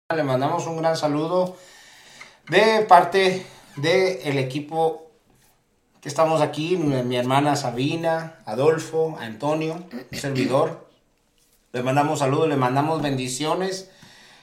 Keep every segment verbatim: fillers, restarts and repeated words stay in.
Le mandamos un gran saludo de parte del equipo que estamos aquí, mi hermana Sabina, Adolfo, Antonio, un servidor. Le mandamos saludos, le mandamos bendiciones.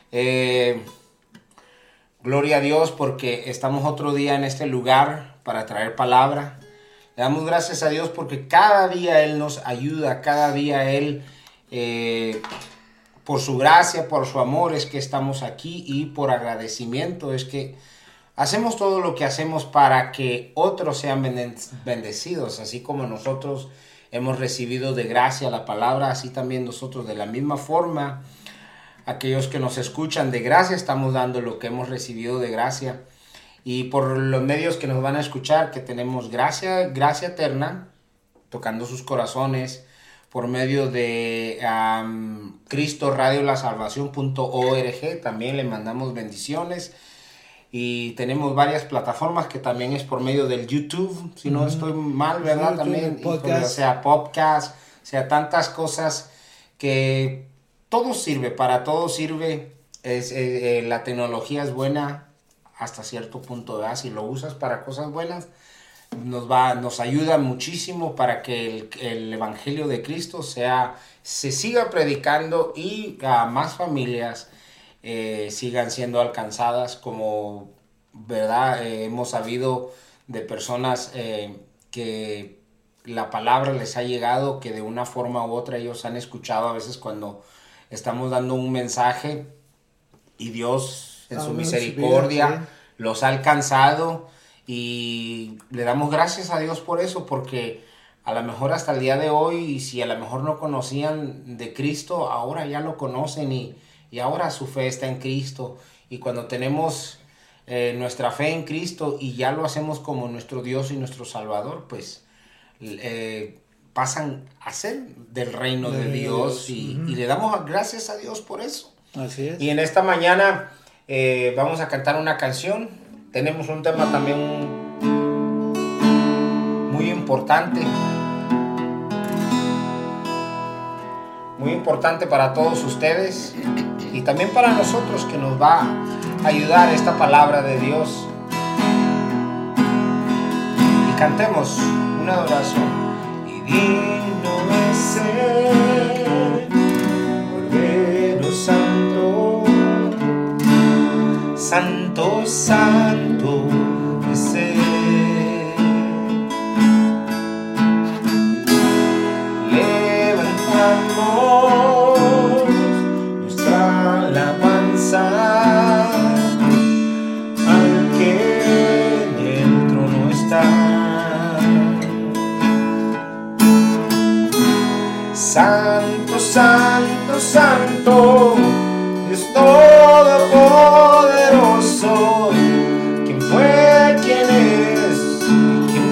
Eh, gloria a Dios porque estamos otro día en este lugar para traer palabra. Le damos gracias a Dios porque cada día Él nos ayuda, cada día Él... Eh, por su gracia, por su amor es que estamos aquí, y por agradecimiento es que hacemos todo lo que hacemos para que otros sean bendecidos. Así como nosotros hemos recibido de gracia la palabra, así también nosotros de la misma forma, aquellos que nos escuchan de gracia, estamos dando lo que hemos recibido de gracia. Y por los medios que nos van a escuchar, que tenemos gracia, gracia eterna, tocando sus corazones, por medio de um, cristo radio la salvación punto org, también le mandamos bendiciones. Y tenemos varias plataformas que también es por medio del YouTube, si no uh-huh. estoy mal, ¿verdad? YouTube, también, podcast. O sea, podcast, o sea, tantas cosas que todo sirve, para todo sirve. Es, eh, eh, la tecnología es buena hasta cierto punto, ¿verdad? Si lo usas para cosas buenas, nos va, nos ayuda muchísimo para que el, el evangelio de Cristo sea, se siga predicando y a más familias eh, sigan siendo alcanzadas, como verdad eh, hemos sabido de personas eh, que la palabra les ha llegado, que de una forma u otra ellos han escuchado a veces cuando estamos dando un mensaje, y Dios en su misericordia los ha alcanzado. Y le damos gracias a Dios por eso, porque a lo mejor hasta el día de hoy, y si a lo mejor no conocían de Cristo, ahora ya lo conocen, y, y ahora su fe está en Cristo. Y cuando tenemos eh, nuestra fe en Cristo y ya lo hacemos como nuestro Dios y nuestro Salvador, pues eh, pasan a ser del reino de, de Dios, Dios. Y, uh-huh. y le damos gracias a Dios por eso. Así es. Y en esta mañana eh, vamos a cantar una canción. Tenemos un tema también muy importante, muy importante para todos ustedes y también para nosotros, que nos va a ayudar esta palabra de Dios. Y cantemos una adoración. Y digno es el Cordero Santo, Santo, Santo es Él. Levantamos nuestra alabanza al que en el trono está. Santo, Santo, Santo, Dios Todopoderoso, quien fue, quien es y quien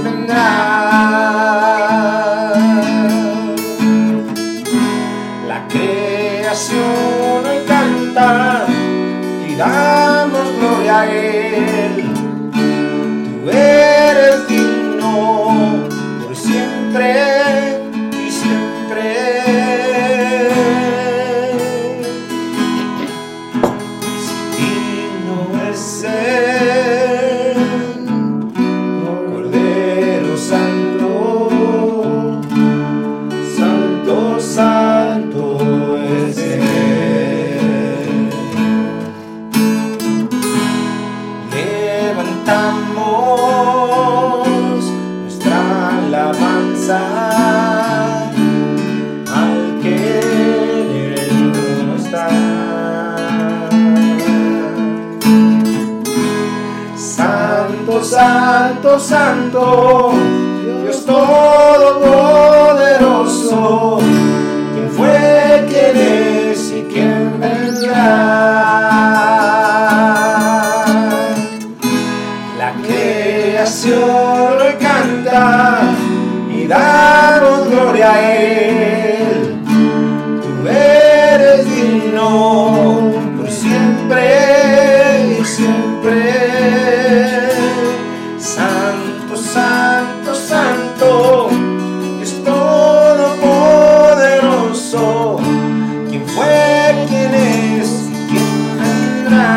vendrá. La creación hoy canta y damos gloria a Él. Tú eres digno por siempre y siempre. Al que en el trono está. Santo, Santo, Santo, Dios Todopoderoso, quien fue, quien es y quien vendrá. La creación hoy canta y damos gloria a Él. Tú eres digno por siempre y siempre. Santo, Santo, Santo, es todopoderoso, quien fue, quien es y quien vendrá.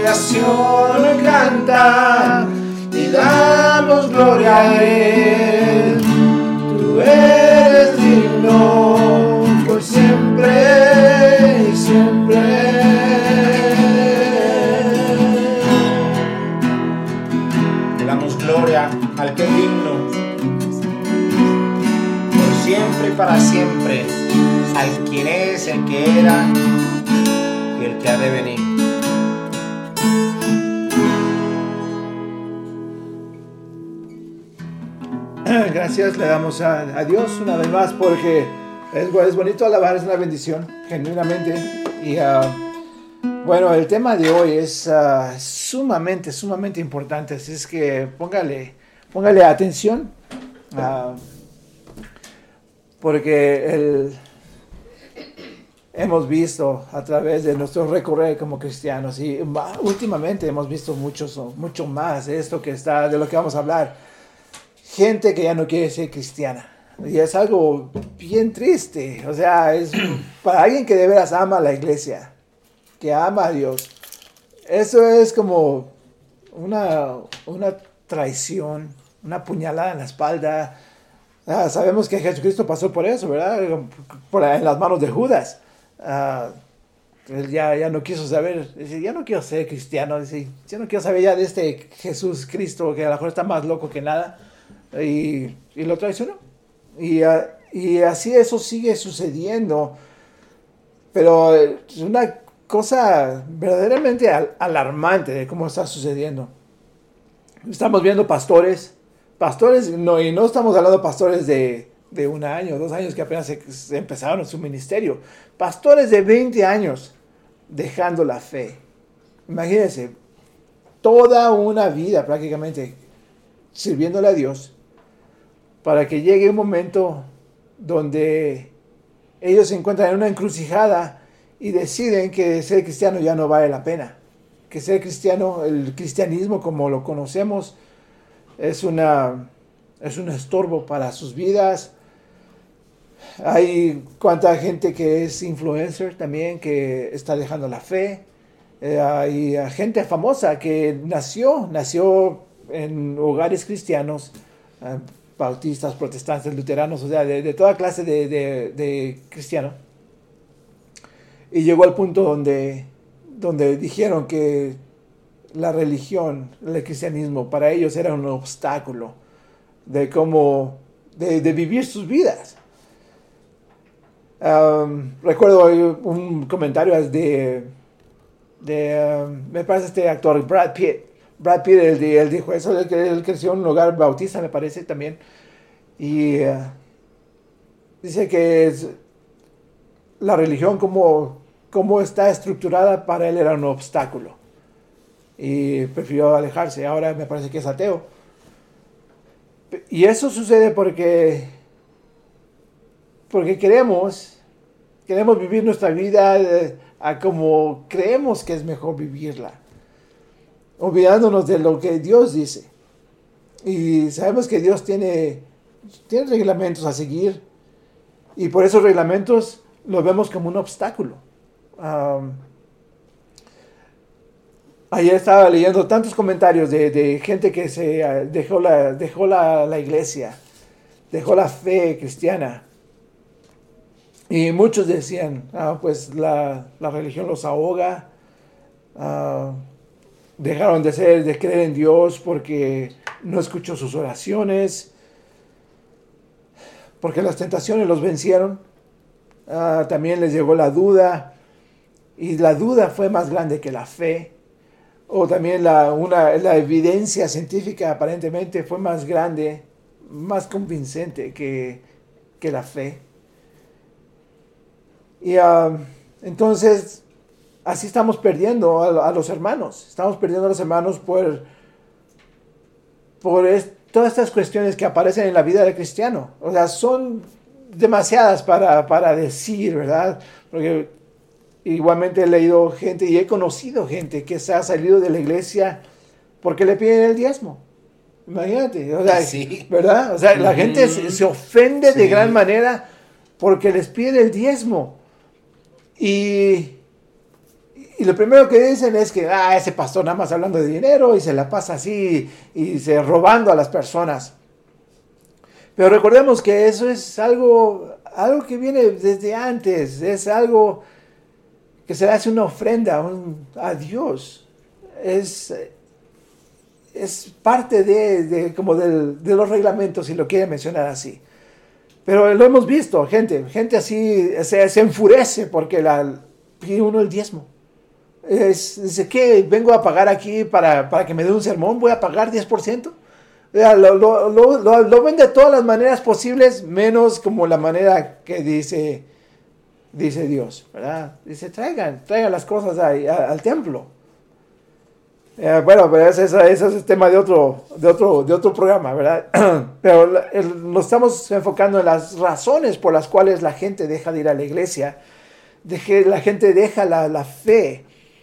creación canta y damos gloria a Él. Tú eres digno por siempre y siempre. Le damos gloria al que es digno por siempre y para siempre, al quien es, el que era y el que ha de venir. Gracias le damos a, a Dios una vez más porque es, es bonito alabar, es una bendición, genuinamente. Y uh, bueno, el tema de hoy es uh, sumamente, sumamente importante, así es que póngale, póngale atención, uh, porque el, hemos visto a través de nuestro recorrer como cristianos y uh, últimamente hemos visto muchos, mucho más de esto que está, de lo que vamos a hablar. Gente que ya no quiere ser cristiana. Y es algo bien triste. O sea, es para alguien que de veras ama a la iglesia, que ama a Dios. Eso es como una, una traición, una puñalada en la espalda. Ah, sabemos que Jesucristo pasó por eso, ¿verdad? Por, en las manos de Judas. Ah, él ya, ya no quiso saber. Dice, ya no quiero ser cristiano. Dice, ya no quiero saber ya de este Jesús Cristo, que a lo mejor está más loco que nada. Y, y lo traicionó. Y, uh, y así eso sigue sucediendo. Pero es una cosa verdaderamente al, alarmante de cómo está sucediendo. Estamos viendo pastores. Pastores, no, y no estamos hablando de pastores de, de un año, dos años que apenas se, se empezaron su ministerio. Pastores de veinte años dejando la fe. Imagínense, toda una vida prácticamente sirviéndole a Dios, para que llegue un momento donde ellos se encuentran en una encrucijada y deciden que ser cristiano ya no vale la pena, que ser cristiano, el cristianismo como lo conocemos, es una es un estorbo para sus vidas. Hay cuánta gente que es influencer también que está dejando la fe. Eh, hay gente famosa que nació nació en hogares cristianos, eh, bautistas, protestantes, luteranos, o sea, de, de toda clase de, de, de cristianos. Y llegó al punto donde, donde dijeron que la religión, el cristianismo, para ellos era un obstáculo de cómo, de, de vivir sus vidas. Um, recuerdo un comentario de, de um, me parece este actor Brad Pitt. Brad Pitt, él, él dijo eso, él, él creció en un hogar bautista, me parece también. Y uh, dice que es, la religión como, como está estructurada para él era un obstáculo. Y prefirió alejarse. Ahora me parece que es ateo. Y eso sucede porque, porque queremos, queremos vivir nuestra vida eh, a como creemos que es mejor vivirla, olvidándonos de lo que Dios dice. Y sabemos que Dios tiene, tiene reglamentos a seguir, y por esos reglamentos los vemos como un obstáculo. Um, ayer estaba leyendo tantos comentarios de, de gente que se uh, dejó, la, dejó la, la iglesia, dejó la fe cristiana, y muchos decían, ah, pues la, la religión los ahoga, uh, dejaron de ser, de creer en Dios porque no escuchó sus oraciones, porque las tentaciones los vencieron. Uh, también les llegó la duda, y la duda fue más grande que la fe. O también la, una, la evidencia científica aparentemente fue más grande, más convincente que, que la fe. Y uh, entonces así estamos perdiendo a, a los hermanos. Estamos perdiendo a los hermanos por, por es, todas estas cuestiones que aparecen en la vida del cristiano. O sea, son demasiadas para, para decir, ¿verdad? Porque igualmente he leído gente y he conocido gente que se ha salido de la iglesia porque le piden el diezmo. Imagínate, o sea, sí. ¿verdad? O sea, la mm. gente se, se ofende sí. de gran manera porque les piden el diezmo. Y... y lo primero que dicen es que, ah, ese pastor nada más hablando de dinero y se la pasa así y se robando a las personas. Pero recordemos que eso es algo, algo que viene desde antes, es algo que se le hace una ofrenda un, a Dios. Es, es parte de, de, como del, de los reglamentos, si lo quiere mencionar así. Pero lo hemos visto, gente, gente así se, se enfurece porque la, pide uno el diezmo. Es, dice, ¿qué? ¿Vengo a pagar aquí para, para que me dé un sermón? ¿Voy a pagar diez por ciento? Lo, lo, lo, lo, lo ven de todas las maneras posibles, menos como la manera que dice, dice Dios, ¿verdad? Dice, traigan, traigan las cosas ahí, a, al templo. Eh, bueno, pero ese, ese, ese es el tema de otro, de otro, de otro programa, ¿verdad? Pero el, nos estamos enfocando en las razones por las cuales la gente deja de ir a la iglesia, de que la gente deja la, la fe.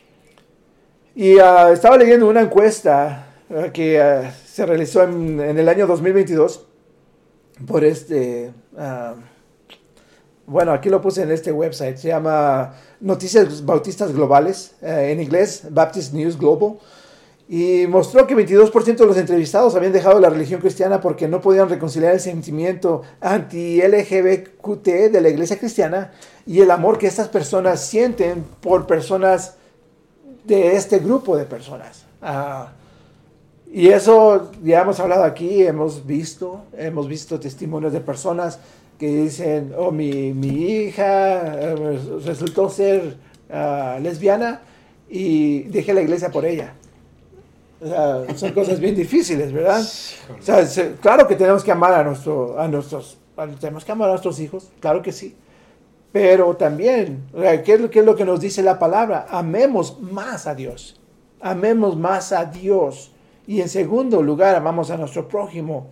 Y uh, estaba leyendo una encuesta uh, que uh, se realizó en, en el año dos mil veintidós por este, uh, bueno, aquí lo puse en este website, se llama Noticias Bautistas Globales, uh, en inglés Baptist News Global, y mostró que veintidós por ciento de los entrevistados habían dejado la religión cristiana porque no podían reconciliar el sentimiento anti-L G B T de la iglesia cristiana y el amor que estas personas sienten por personas de este grupo de personas. Uh, y eso ya hemos hablado aquí, hemos visto, hemos visto testimonios de personas que dicen, oh, mi, mi hija uh, resultó ser uh, lesbiana y dejé la iglesia por ella. O sea, son cosas bien difíciles, ¿verdad? O sea, se, claro que tenemos que amar a, nuestro, a nuestros, a, tenemos que amar a nuestros hijos, claro que sí. Pero también, ¿qué es, lo, ¿qué es lo que nos dice la palabra? Amemos más a Dios. Amemos más a Dios. Y en segundo lugar, amamos a nuestro prójimo.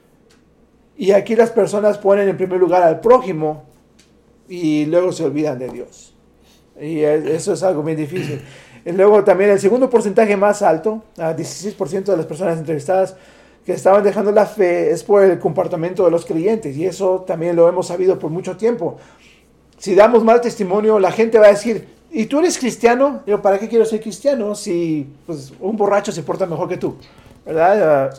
Y aquí las personas ponen en primer lugar al prójimo y luego se olvidan de Dios. Y eso es algo bien difícil. Y luego también el segundo porcentaje más alto, a dieciséis por ciento de las personas entrevistadas que estaban dejando la fe, es por el comportamiento de los creyentes. Y eso también lo hemos sabido por mucho tiempo. Si damos mal testimonio, la gente va a decir, ¿y tú eres cristiano? Digo, ¿para qué quiero ser cristiano si pues, un borracho se porta mejor que tú? ¿Verdad?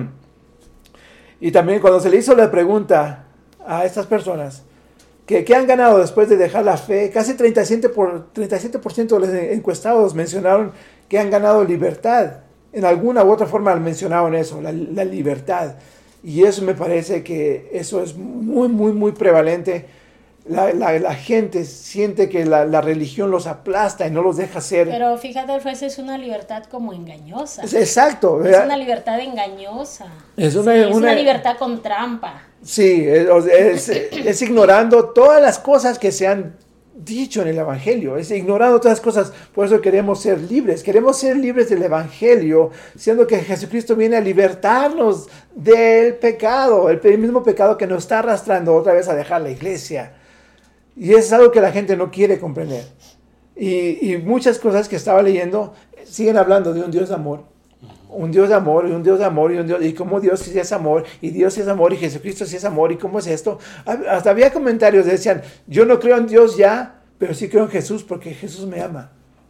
Y también cuando se le hizo la pregunta a estas personas, que ¿qué han ganado después de dejar la fe? Casi treinta y siete por ciento de los encuestados mencionaron que han ganado libertad. En alguna u otra forma mencionaron eso, la, la libertad. Y eso me parece que eso es muy, muy, muy prevalente. La, la, la gente siente que la, la religión los aplasta y no los deja ser. Pero fíjate, pues es una libertad como engañosa. Exacto. Es una libertad engañosa. Es una, sí, es una, una libertad con trampa. Sí, es, es, es ignorando todas las cosas que se han dicho en el Evangelio. Es ignorando todas las cosas. Por eso queremos ser libres. Queremos ser libres del Evangelio, siendo que Jesucristo viene a libertarnos del pecado, el mismo pecado que nos está arrastrando otra vez a dejar la iglesia. Y eso es algo que la gente no quiere comprender. Y, y muchas cosas que estaba leyendo siguen hablando de un Dios de amor. Un Dios de amor, y un Dios de amor, y un Dios, y cómo Dios sí es amor, y Dios sí es amor, y Jesucristo sí es amor, y cómo es esto. Hasta había comentarios que decían, yo no creo en Dios ya, pero sí creo en Jesús porque Jesús me ama.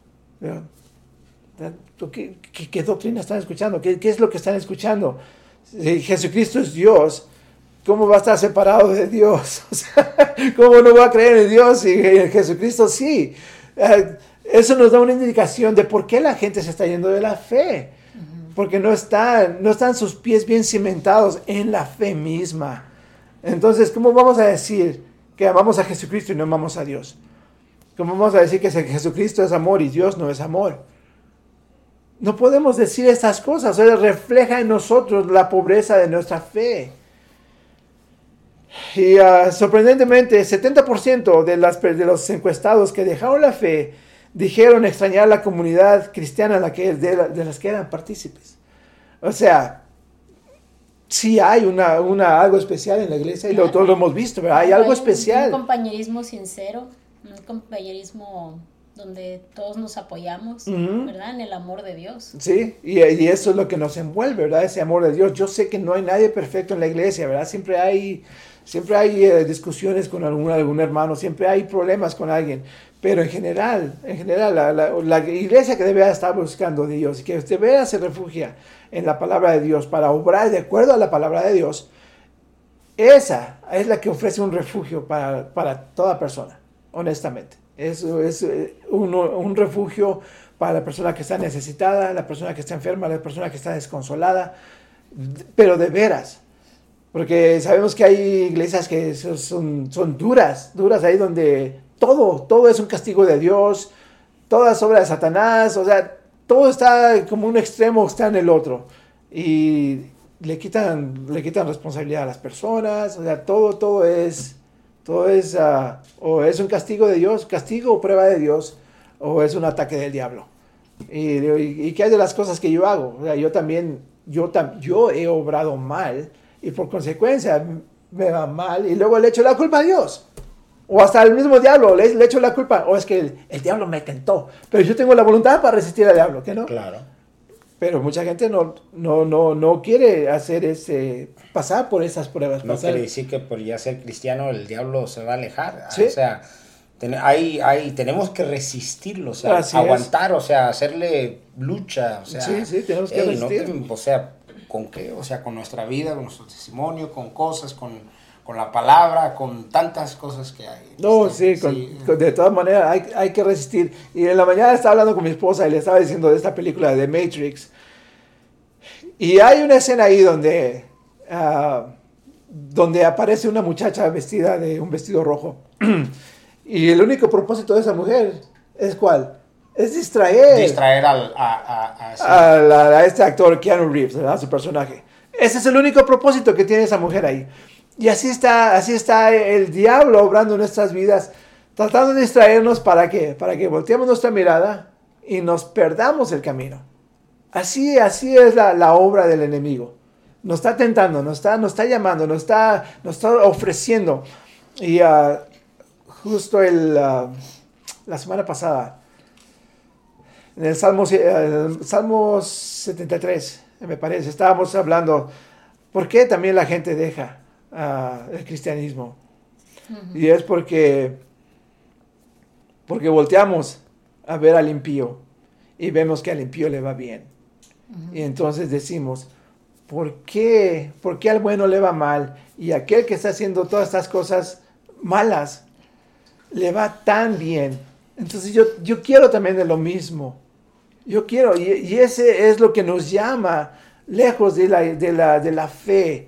¿Qué, qué, qué doctrina están escuchando? ¿Qué, ¿Qué es lo que están escuchando? Si Jesucristo es Dios, ¿cómo va a estar separado de Dios? O sea, ¿cómo no va a creer en Dios y en Jesucristo sí? Uh, eso nos da una indicación de por qué la gente se está yendo de la fe. Porque no están, no están sus pies bien cimentados en la fe misma. Entonces, ¿cómo vamos a decir que amamos a Jesucristo y no amamos a Dios? ¿Cómo vamos a decir que Jesucristo es amor y Dios no es amor? No podemos decir estas cosas. Él refleja en nosotros la pobreza de nuestra fe. Y uh, sorprendentemente, setenta por ciento de, las, de los encuestados que dejaron la fe dijeron extrañar la comunidad cristiana en la que, de, de las que eran partícipes. O sea, sí hay una, una, algo especial en la iglesia, y lo, todos lo hemos visto, ¿verdad? Hay algo especial. Un compañerismo sincero, un compañerismo donde todos nos apoyamos, Ujú. ¿verdad? En el amor de Dios. Sí, y, y eso es lo que nos envuelve, ¿verdad? Ese amor de Dios. Yo sé que no hay nadie perfecto en la iglesia, ¿verdad? Siempre hay, siempre hay eh, discusiones con algún, algún hermano, siempre hay problemas con alguien. Pero en general, en general, la, la, la iglesia que debe estar buscando de Dios, que de veras se refugia en la palabra de Dios para obrar de acuerdo a la palabra de Dios, esa es la que ofrece un refugio para, para toda persona, honestamente. Es, es eh, un, un refugio para la persona que está necesitada, la persona que está enferma, la persona que está desconsolada, pero de veras. Porque sabemos que hay iglesias que son, son duras, duras ahí donde todo, todo es un castigo de Dios, todo es obra de Satanás, o sea, todo está como un extremo, está en el otro. Y le quitan, le quitan responsabilidad a las personas, o sea, todo, todo es... Todo es, uh, o es un castigo de Dios, castigo o prueba de Dios, o es un ataque del diablo. Y, y, y ¿qué hay de las cosas que yo hago? O sea, yo también, yo, tam, yo he obrado mal, y por consecuencia me va mal, y luego le echo la culpa a Dios. O hasta el mismo diablo, le, le echo la culpa. O es que el, el diablo me tentó, pero yo tengo la voluntad para resistir al diablo, ¿qué no? Claro. Pero mucha gente no, no, no, no quiere hacer ese, pasar por esas pruebas. No pasar. quiere decir que por ya ser cristiano el diablo se va a alejar. ¿Sí? O sea, ten, hay, hay, tenemos que resistirlo, o sea, Así aguantar, es. O sea, hacerle lucha. O sea, sí, sí, tenemos que hey, resistir. No te, o sea, ¿con qué? O sea, con nuestra vida, con nuestro testimonio, con cosas, con... con la palabra, con tantas cosas que hay. No, este, sí, con, sí. Con, de todas maneras hay, hay que resistir. Y en la mañana estaba hablando con mi esposa y le estaba diciendo de esta película de Matrix. Y hay una escena ahí donde, uh, donde aparece una muchacha vestida de un vestido rojo. Y el único propósito de esa mujer es ¿cuál? Es distraer. Distraer al, a, a, a, sí. a, la, a este actor Keanu Reeves, ¿verdad? Su personaje. Ese es el único propósito que tiene esa mujer ahí. Y así está, así está el diablo obrando en nuestras vidas, tratando de distraernos para que, para que volteemos nuestra mirada y nos perdamos el camino. Así, así es la, la obra del enemigo. Nos está tentando, nos está, nos está llamando, nos está, nos está ofreciendo. Y uh, justo el, uh, la semana pasada, en el Salmo, el Salmo setenta y tres, me parece, estábamos hablando, ¿por qué también la gente deja Uh, el cristianismo? Uh-huh. Y es porque porque volteamos a ver al impío y vemos que al impío le va bien. Uh-huh. Y entonces decimos, ¿por qué? ¿Por qué al bueno le va mal? Y aquel que está haciendo todas estas cosas malas le va tan bien. Entonces yo, yo quiero también de lo mismo. Yo quiero, y, y ese es lo que nos llama lejos de la, de la, de la fe.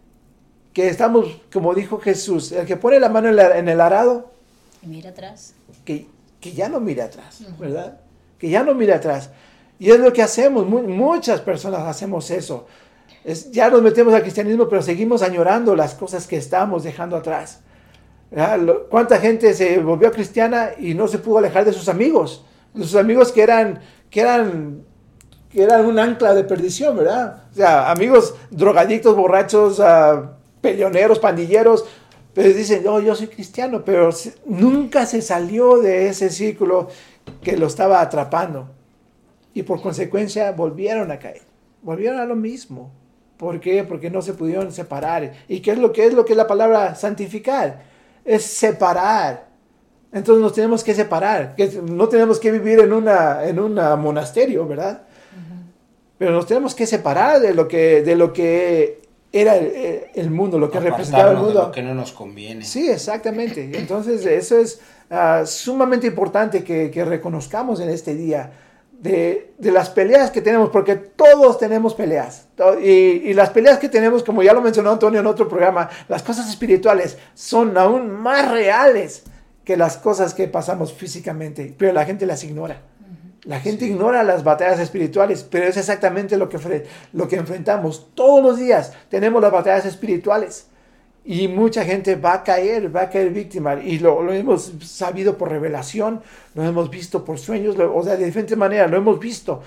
Que estamos, como dijo Jesús, el que pone la mano en, la, en el arado, y mira atrás. Que, que ya no mire atrás, uh-huh. ¿verdad? Que ya no mire atrás. Y es lo que hacemos, muy, muchas personas hacemos eso. Es, ya nos metemos al cristianismo, pero seguimos añorando las cosas que estamos dejando atrás. ¿Verdad? ¿Cuánta gente se volvió cristiana y no se pudo alejar de sus amigos? De sus amigos que eran, que eran, que eran un ancla de perdición, ¿verdad? O sea, amigos drogadictos, borrachos, uh, peleoneros, pandilleros, pero dicen, oh, yo soy cristiano, pero nunca se salió de ese círculo que lo estaba atrapando. Y por consecuencia volvieron a caer, volvieron a lo mismo. ¿Por qué? Porque no se pudieron separar. ¿Y qué es lo que es lo que es la palabra santificar? Es separar. Entonces nos tenemos que separar. No tenemos que vivir en una, en un monasterio, ¿verdad? Uh-huh. Pero nos tenemos que separar de lo que, de lo que era el, el mundo, lo que representaba el mundo. De lo que no nos conviene. Sí, exactamente. Entonces eso es uh, sumamente importante que, que reconozcamos en este día de, de las peleas que tenemos, porque todos tenemos peleas. Y, y las peleas que tenemos, como ya lo mencionó Antonio en otro programa, las cosas espirituales son aún más reales que las cosas que pasamos físicamente, pero la gente las ignora. La gente sí. ignora las batallas espirituales, pero es exactamente lo que, lo que enfrentamos. Todos los días tenemos las batallas espirituales y mucha gente va a caer, va a caer víctima. Y lo, lo hemos sabido por revelación, lo hemos visto por sueños, lo, o sea, de diferentes maneras, lo hemos visto.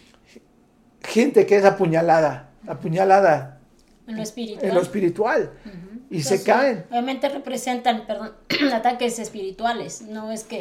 Gente que es apuñalada, apuñalada en lo espiritual. En lo espiritual. Uh-huh. Y Entonces, se caen. Obviamente representan, perdón, ataques espirituales, no es que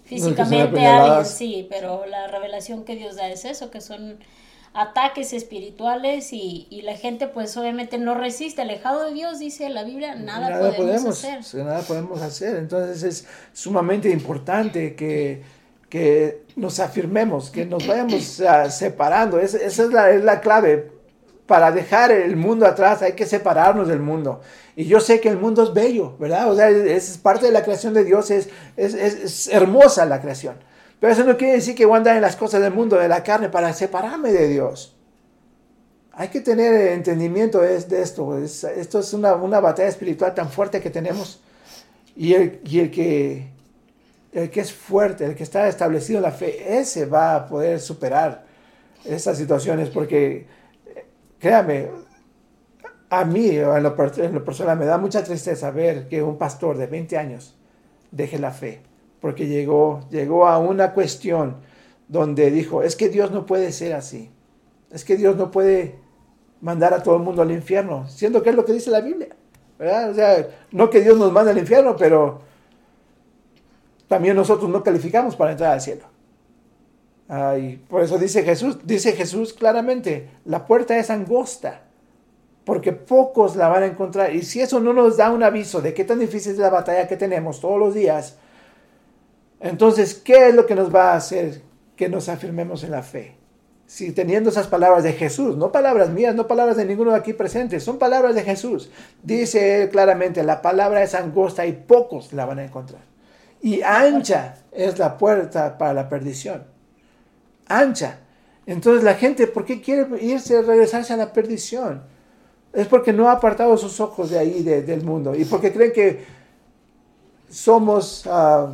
físicamente apuñaladas. alguien, sí, pero la revelación que Dios da es eso, que son ataques espirituales y, y la gente pues obviamente no resiste, alejado de Dios, dice la Biblia, nada, nada podemos, podemos hacer. sí, nada podemos hacer. Entonces es sumamente importante que, que nos afirmemos, que nos vayamos uh, separando. Es, esa es la, es la clave. Para dejar el mundo atrás hay que separarnos del mundo. Y yo sé que el mundo es bello, ¿verdad? O sea, es, es parte de la creación de Dios, es, es, es, es hermosa la creación. Pero eso no quiere decir que voy a andar en las cosas del mundo, de la carne, para separarme de Dios. Hay que tener entendimiento de, de esto. Es, esto es una, una batalla espiritual tan fuerte que tenemos. Y el, y el que... El que es fuerte, el que está establecido en la fe, ese va a poder superar estas situaciones, porque créame, a mí en lo, en lo personal me da mucha tristeza ver que un pastor de veinte años deje la fe, porque llegó, llegó a una cuestión donde dijo, es que Dios no puede ser así, es que Dios no puede mandar a todo el mundo al infierno, siendo que es lo que dice la Biblia, ¿verdad? O sea, no que Dios nos mande al infierno, pero también nosotros no calificamos para entrar al cielo. Ay, por eso dice Jesús, dice Jesús claramente, la puerta es angosta, porque pocos la van a encontrar. Y si eso no nos da un aviso de qué tan difícil es la batalla que tenemos todos los días, entonces, ¿qué es lo que nos va a hacer que nos afirmemos en la fe? Si teniendo esas palabras de Jesús, no palabras mías, no palabras de ninguno de aquí presentes, son palabras de Jesús. Dice él claramente, la palabra es angosta y pocos la van a encontrar. Y ancha es la puerta para la perdición. Ancha. Entonces la gente, ¿por qué quiere irse, regresarse a la perdición? Es porque no ha apartado sus ojos de ahí, de, del mundo. Y porque creen que somos, uh,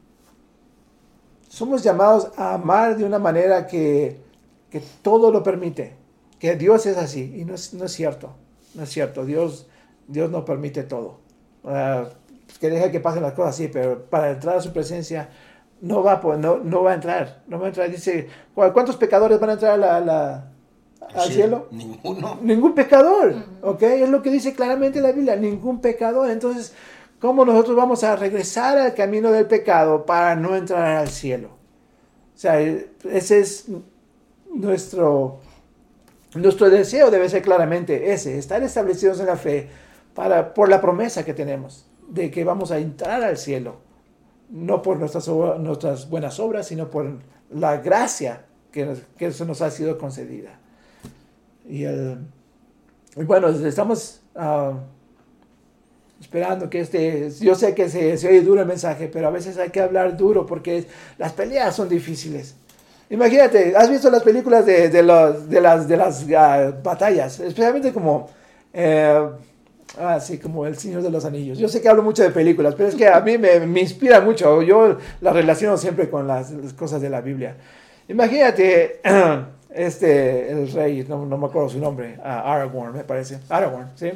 somos llamados a amar de una manera que, que todo lo permite. Que Dios es así. Y no es, no es cierto. No es cierto. Dios, Dios no permite todo. Uh, que deja que pasen las cosas así, pero para entrar a su presencia no va, no, no va a entrar, no va a entrar. Dice, ¿cuántos pecadores van a entrar a la, la, al sí, cielo? Ninguno. Ningún pecador, ¿ok? Es lo que dice claramente la Biblia, ningún pecador. Entonces, ¿cómo nosotros vamos a regresar al camino del pecado para no entrar al cielo? O sea, ese es nuestro, nuestro deseo, debe ser claramente ese, estar establecidos en la fe para, por la promesa que tenemos de que vamos a entrar al cielo, no por nuestras, nuestras buenas obras, sino por la gracia que, que eso nos ha sido concedida. Y, el, y bueno, estamos uh, esperando que este, yo sé que se, se oye duro el mensaje, pero a veces hay que hablar duro porque las peleas son difíciles. Imagínate, ¿has visto las películas de, de, los, de las, de las uh, batallas? Especialmente como... Eh, Ah, sí, como El Señor de los Anillos. Yo sé que hablo mucho de películas, pero es que a mí me, me inspira mucho. Yo la relaciono siempre con las, las cosas de la Biblia. Imagínate, este, el rey, no, no me acuerdo su nombre, uh, Aragorn, me parece. Aragorn, ¿sí?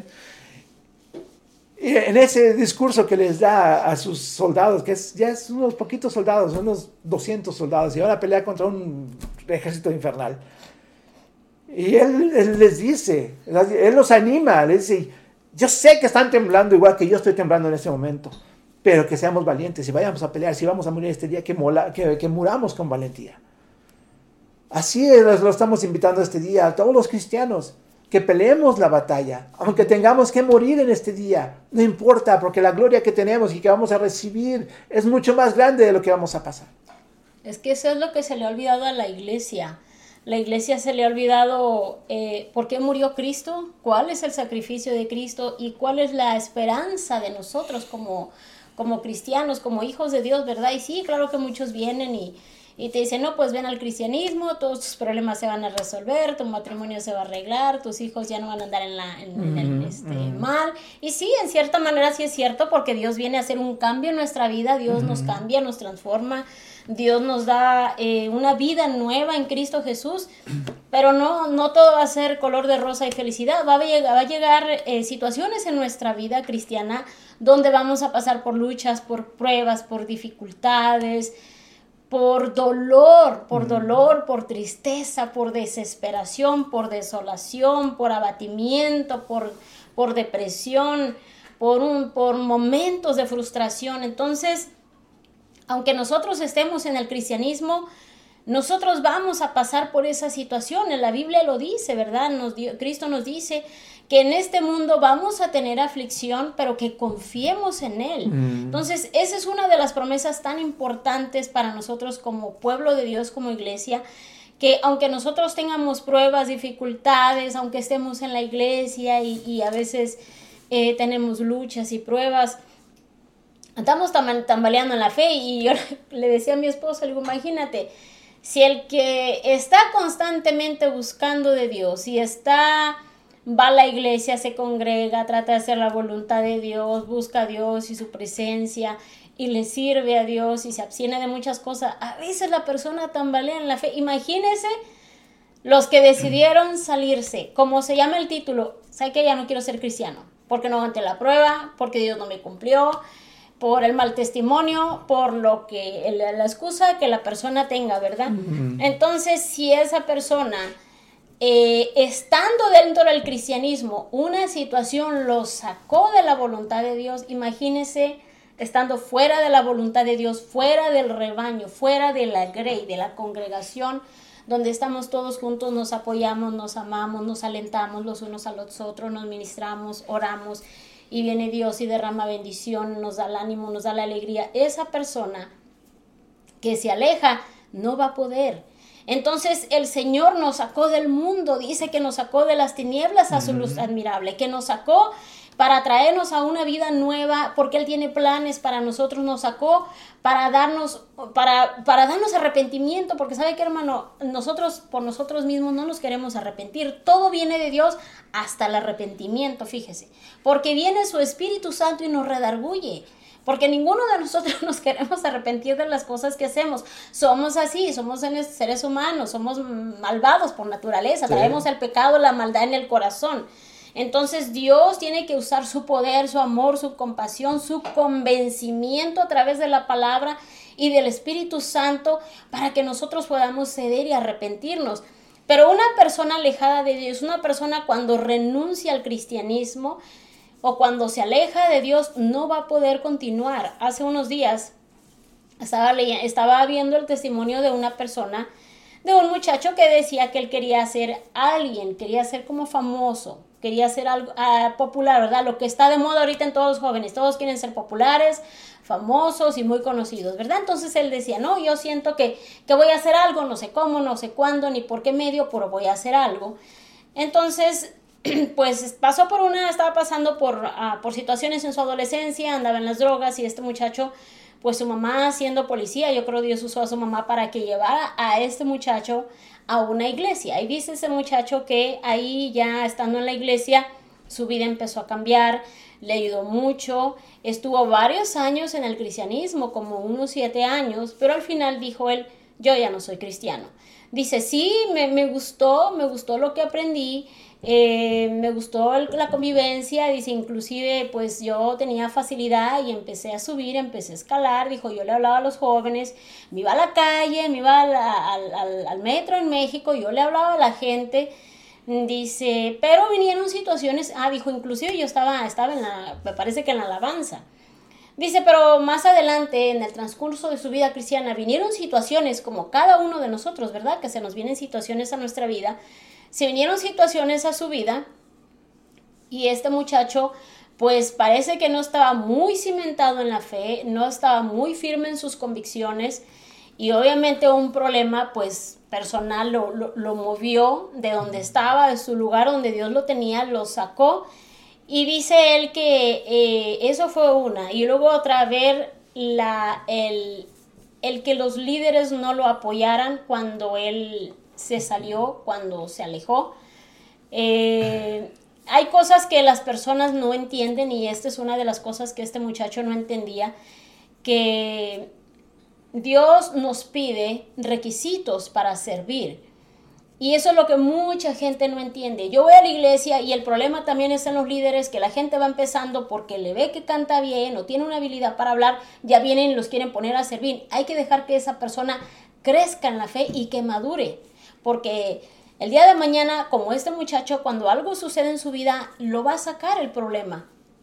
Y en ese discurso que les da a sus soldados, que es, ya es unos poquitos soldados, unos doscientos soldados, y van a pelear contra un ejército infernal. Y él, él les dice, él los anima, les dice... Yo sé que están temblando igual que yo estoy temblando en este momento, pero que seamos valientes y vayamos a pelear. Si vamos a morir este día, que, mola, que, que muramos con valentía. Así es, lo estamos invitando este día a todos los cristianos, que peleemos la batalla, aunque tengamos que morir en este día. No importa, porque la gloria que tenemos y que vamos a recibir es mucho más grande de lo que vamos a pasar. Es que eso es lo que se le ha olvidado a la iglesia. La iglesia se le ha olvidado eh, por qué murió Cristo, cuál es el sacrificio de Cristo y cuál es la esperanza de nosotros como, como cristianos, como hijos de Dios, ¿verdad? Y sí, claro que muchos vienen y, y te dicen, no, pues ven al cristianismo, todos tus problemas se van a resolver, tu matrimonio se va a arreglar, tus hijos ya no van a andar en, la, en, en el este, mm. mal. Y sí, en cierta manera sí es cierto, porque Dios viene a hacer un cambio en nuestra vida, Dios mm. nos cambia, nos transforma, Dios nos da eh, una vida nueva en Cristo Jesús, pero no, no todo va a ser color de rosa y felicidad. Va a llegar, va a llegar eh, situaciones en nuestra vida cristiana donde vamos a pasar por luchas, por pruebas, por dificultades, por dolor, por dolor, por tristeza, por desesperación, por desolación, por abatimiento, por, por depresión, por, un, por momentos de frustración. Entonces, aunque nosotros estemos en el cristianismo, nosotros vamos a pasar por esa situación. En la Biblia lo dice, ¿verdad? Nos dio, Cristo nos dice que en este mundo vamos a tener aflicción, pero que confiemos en Él. Mm. Entonces, esa es una de las promesas tan importantes para nosotros como pueblo de Dios, como iglesia, que aunque nosotros tengamos pruebas, dificultades, aunque estemos en la iglesia y, y a veces eh, tenemos luchas y pruebas, estamos tam- tambaleando en la fe. Y yo le decía a mi esposo, le digo, imagínate, si el que está constantemente buscando de Dios y está, va a la iglesia, se congrega, trata de hacer la voluntad de Dios, busca a Dios y su presencia y le sirve a Dios y se abstiene de muchas cosas, a veces la persona tambalea en la fe. Imagínense los que decidieron salirse, como se llama el título, ¿sabe qué? Ya no quiero ser cristiano, porque no aguanté la prueba, porque Dios no me cumplió, por el mal testimonio, por lo que, la, la excusa que la persona tenga, ¿verdad? Uh-huh. Entonces, si esa persona, eh, estando dentro del cristianismo, una situación lo sacó de la voluntad de Dios, imagínese estando fuera de la voluntad de Dios, fuera del rebaño, fuera de la grey, de la congregación, donde estamos todos juntos, nos apoyamos, nos amamos, nos alentamos los unos a los otros, nos ministramos, oramos, y viene Dios y derrama bendición, nos da el ánimo, nos da la alegría. Esa persona que se aleja no va a poder. Entonces el Señor nos sacó del mundo, dice que nos sacó de las tinieblas a su luz admirable, que nos sacó para traernos a una vida nueva, porque Él tiene planes para nosotros, nos sacó para darnos, para, para darnos arrepentimiento, porque ¿sabe qué, hermano? Nosotros por nosotros mismos no nos queremos arrepentir, todo viene de Dios hasta el arrepentimiento, fíjese, porque viene su Espíritu Santo y nos redarguye, porque ninguno de nosotros nos queremos arrepentir de las cosas que hacemos, somos así, somos seres humanos, somos malvados por naturaleza, sí. Traemos el pecado, la maldad en el corazón. Entonces Dios tiene que usar su poder, su amor, su compasión, su convencimiento a través de la palabra y del Espíritu Santo para que nosotros podamos ceder y arrepentirnos. Pero una persona alejada de Dios, una persona cuando renuncia al cristianismo o cuando se aleja de Dios, no va a poder continuar. Hace unos días estaba, leyendo, estaba viendo el testimonio de una persona, de un muchacho que decía que él quería ser alguien, quería ser como famoso, quería ser algo uh, popular, ¿verdad? Lo que está de moda ahorita en todos los jóvenes, todos quieren ser populares, famosos y muy conocidos, ¿verdad? Entonces él decía, no, yo siento que, que voy a hacer algo, no sé cómo, no sé cuándo, ni por qué medio, pero voy a hacer algo. Entonces, pues pasó por una, estaba pasando por, uh, por situaciones en su adolescencia, andaba en las drogas y este muchacho, pues su mamá siendo policía, yo creo Dios usó a su mamá para que llevara a este muchacho a una iglesia. Y dice ese muchacho que ahí ya estando en la iglesia, su vida empezó a cambiar, le ayudó mucho, estuvo varios años en el cristianismo, como unos siete años, pero al final dijo él, yo ya no soy cristiano. Dice, sí, me, me gustó, me gustó lo que aprendí, eh, me gustó el, la convivencia, dice, inclusive pues yo tenía facilidad y empecé a subir, empecé a escalar, dijo, yo le hablaba a los jóvenes, me iba a la calle, me iba al, al, al, al metro en México, yo le hablaba a la gente, dice, pero vinieron situaciones, ah, dijo, inclusive yo estaba, estaba en la, me parece que en la alabanza, dice, pero más adelante, en el transcurso de su vida cristiana, vinieron situaciones como cada uno de nosotros, ¿verdad? Que se nos vienen situaciones a nuestra vida, se vinieron situaciones a su vida y este muchacho pues parece que no estaba muy cimentado en la fe, no estaba muy firme en sus convicciones y obviamente un problema pues personal lo, lo, lo movió de donde estaba, de su lugar donde Dios lo tenía, lo sacó y dice él que eh, eso fue una y luego otra ver la, el, el que los líderes no lo apoyaran cuando él se salió, cuando se alejó. Eh, hay cosas que las personas no entienden y esta es una de las cosas que este muchacho no entendía, que Dios nos pide requisitos para servir y eso es lo que mucha gente no entiende. Yo voy a la iglesia y el problema también es en los líderes, que la gente va empezando porque le ve que canta bien o tiene una habilidad para hablar, ya vienen y los quieren poner a servir. Hay que dejar que esa persona crezca en la fe y que madure. Porque el día de mañana, como este muchacho, cuando algo sucede en su vida, lo va a sacar el problema.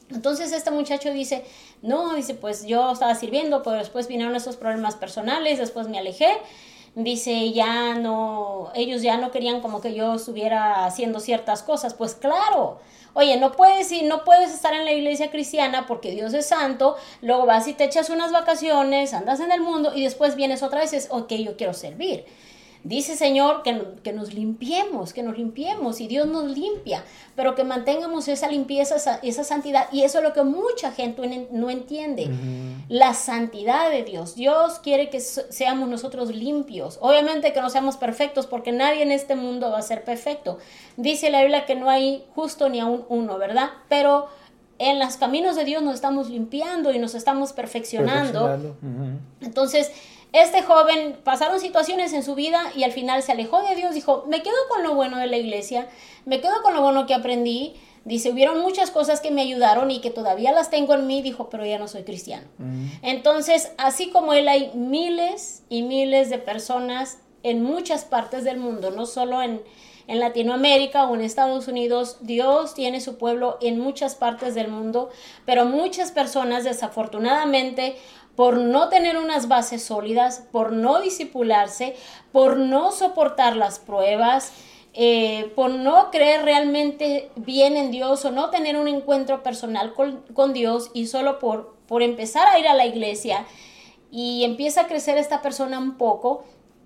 Entonces este muchacho dice, no, dice, pues yo estaba sirviendo, pero después vinieron esos problemas personales, después me alejé. Dice, ya no, ellos ya no querían como que yo estuviera haciendo ciertas cosas. Pues claro, oye, no puedes ir, no puedes estar en la iglesia cristiana porque Dios es santo, luego vas y te echas unas vacaciones, andas en el mundo y después vienes otra vez y dices, ok, yo quiero servir. Dice Señor que, que nos limpiemos, que nos limpiemos y Dios nos limpia, pero que mantengamos esa limpieza, esa, esa santidad, y eso es lo que mucha gente no entiende, uh-huh. La santidad de Dios. Dios quiere que seamos nosotros limpios, obviamente que no seamos perfectos porque nadie en este mundo va a ser perfecto. Dice la Biblia que no hay justo ni aún uno, ¿verdad? Pero en los caminos de Dios nos estamos limpiando y nos estamos perfeccionando. perfeccionando. Uh-huh. Entonces, este joven pasaron situaciones en su vida y al final se alejó de Dios, dijo, me quedo con lo bueno de la iglesia, me quedo con lo bueno que aprendí. Dice, hubieron muchas cosas que me ayudaron y que todavía las tengo en mí, dijo, pero ya no soy cristiano. Mm. Entonces, así como él, hay miles y miles de personas en muchas partes del mundo, no solo en, en Latinoamérica o en Estados Unidos. Dios tiene su pueblo en muchas partes del mundo, pero muchas personas desafortunadamente, por no tener unas bases sólidas, por no discipularse, por no soportar las pruebas, eh, por no creer realmente bien en Dios o no tener un encuentro personal con, con Dios, y solo por, por empezar a ir a la iglesia y empieza a crecer esta persona un poco,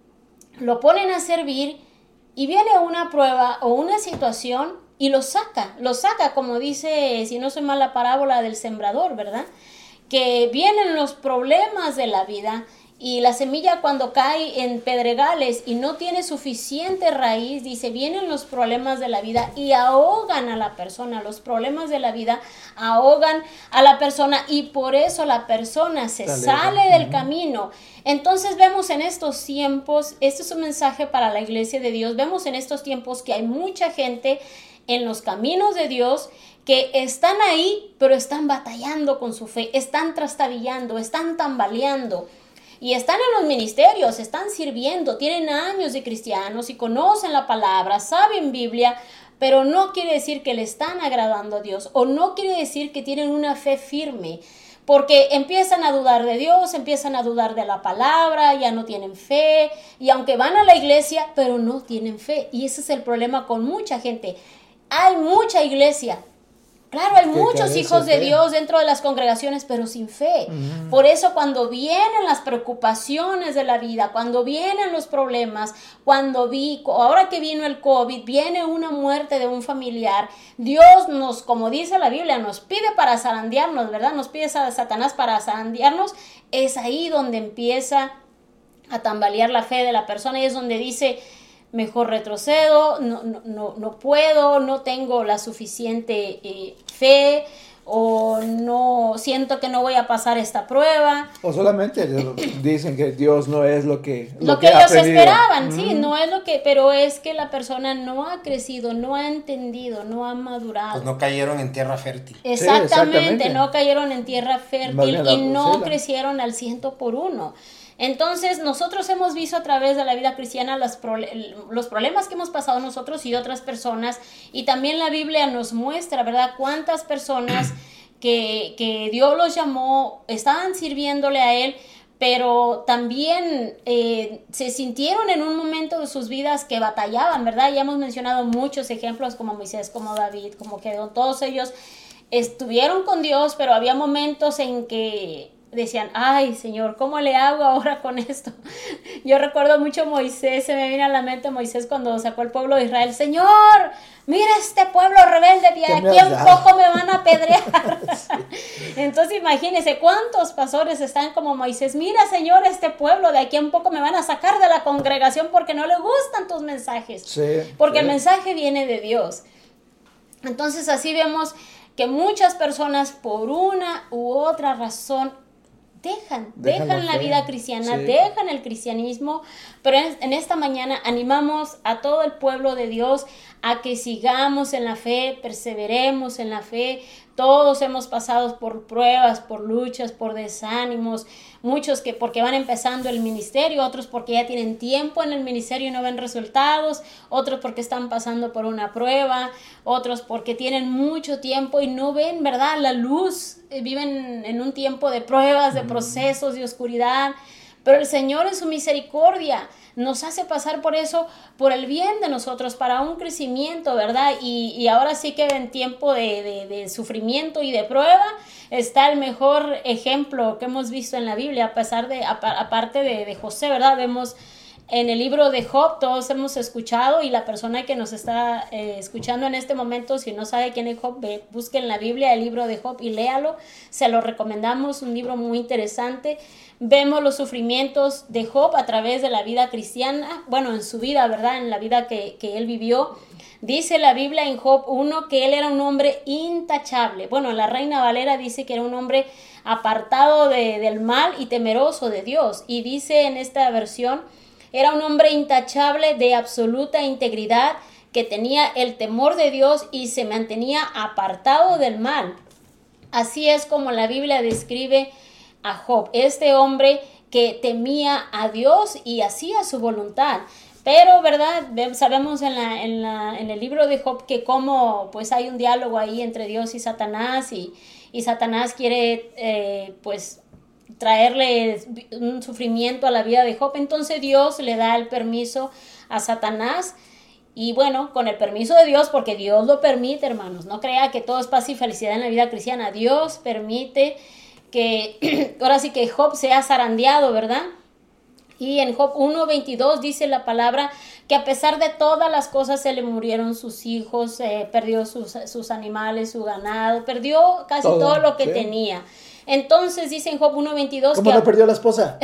lo ponen a servir y viene una prueba o una situación y lo saca, lo saca, como dice, si no soy mal, la parábola del sembrador, ¿verdad? Que vienen los problemas de la vida y la semilla cuando cae en pedregales y no tiene suficiente raíz, dice, vienen los problemas de la vida y ahogan a la persona. Los problemas de la vida ahogan a la persona y por eso la persona se Dale, sale del uh-huh. camino. Entonces vemos en estos tiempos, este es un mensaje para la iglesia de Dios, vemos en estos tiempos que hay mucha gente en los caminos de Dios que están ahí, pero están batallando con su fe, están trastabillando, están tambaleando. Y están en los ministerios, están sirviendo, tienen años de cristianos y conocen la palabra, saben Biblia, pero no quiere decir que le están agradando a Dios, o no quiere decir que tienen una fe firme, porque empiezan a dudar de Dios, empiezan a dudar de la palabra, ya no tienen fe, y aunque van a la iglesia, pero no tienen fe. Y ese es el problema con mucha gente. Hay mucha iglesia. Claro, hay muchos hijos de Dios dentro de las congregaciones, pero sin fe. Uh-huh. Por eso cuando vienen las preocupaciones de la vida, cuando vienen los problemas, cuando vi, ahora que vino el COVID, viene una muerte de un familiar, Dios nos, como dice la Biblia, nos pide para zarandearnos, ¿verdad? Nos pide a Satanás para zarandearnos. Es ahí donde empieza a tambalear la fe de la persona y es donde dice, mejor retrocedo, no, no, no, no puedo, no tengo la suficiente eh, fe, o no siento que no voy a pasar esta prueba. O solamente dicen que Dios no es lo que lo, lo que, que ellos esperaban, mm. sí, no es lo que, pero es que la persona no ha crecido, no ha entendido, no ha madurado. Pues no cayeron en tierra fértil. Exactamente, sí, exactamente. No cayeron en tierra fértil y no crecieron al ciento por uno. Entonces nosotros hemos visto a través de la vida cristiana los, prole- los problemas que hemos pasado nosotros y otras personas, y también la Biblia nos muestra, ¿verdad?, cuántas personas que, que Dios los llamó, estaban sirviéndole a Él, pero también eh, se sintieron en un momento de sus vidas que batallaban, ¿verdad? Ya hemos mencionado muchos ejemplos como Moisés, como David, como Gedeón, todos ellos estuvieron con Dios, pero había momentos en que decían, ay Señor, ¿cómo le hago ahora con esto? Yo recuerdo mucho Moisés, se me viene a la mente Moisés cuando sacó al pueblo de Israel. Señor, mira este pueblo rebelde, de aquí a un poco me van a apedrear. Sí. Entonces imagínense cuántos pastores están como Moisés. Mira Señor, este pueblo de aquí a un poco me van a sacar de la congregación porque no le gustan tus mensajes. Sí, porque sí. El mensaje viene de Dios. Entonces así vemos que muchas personas por una u otra razón dejan, Dejan dejan la la fe, vida cristiana, sí. dejan el cristianismo, pero en, en esta mañana animamos a todo el pueblo de Dios a que sigamos en la fe, perseveremos en la fe. Todos hemos pasado por pruebas, por luchas, por desánimos, muchos que porque van empezando el ministerio, otros porque ya tienen tiempo en el ministerio y no ven resultados, otros porque están pasando por una prueba, otros porque tienen mucho tiempo y no ven, ¿verdad?, la luz, eh, viven en un tiempo de pruebas, de procesos, de oscuridad, pero el Señor en su misericordia nos hace pasar por eso, por el bien de nosotros, para un crecimiento, ¿verdad? Y, y ahora sí que en tiempo de, de, de sufrimiento y de prueba está el mejor ejemplo que hemos visto en la Biblia, a pesar de, aparte de, de José, ¿verdad? Vemos en el libro de Job, todos hemos escuchado, y la persona que nos está eh, escuchando en este momento, si no sabe quién es Job, ve, busque en la Biblia el libro de Job y léalo, se lo recomendamos, un libro muy interesante. Vemos los sufrimientos de Job a través de la vida cristiana, bueno, en su vida, ¿verdad?, en la vida que, que él vivió. Dice la Biblia en Job uno que él era un hombre intachable. Bueno, la Reina Valera dice que era un hombre apartado de, del mal y temeroso de Dios, y dice en esta versión, era un hombre intachable de absoluta integridad, que tenía el temor de Dios y se mantenía apartado del mal. Así es como la Biblia describe a Job, este hombre que temía a Dios y hacía su voluntad. Pero, ¿verdad?, sabemos en, la, en, la, en el libro de Job que como pues hay un diálogo ahí entre Dios y Satanás, y, y Satanás quiere eh, pues traerle un sufrimiento a la vida de Job. Entonces Dios le da el permiso a Satanás, y bueno, con el permiso de Dios, porque Dios lo permite, hermanos, no crea que todo es paz y felicidad en la vida cristiana. Dios permite que ahora sí que Job sea zarandeado, ¿verdad? Y en Job uno veintidós dice la palabra que a pesar de todas las cosas se le murieron sus hijos, eh, perdió sus, sus animales, su ganado, perdió casi todo, todo lo que sí. tenía. Entonces dice en Job uno veintidós ¿Cómo que... no perdió la esposa?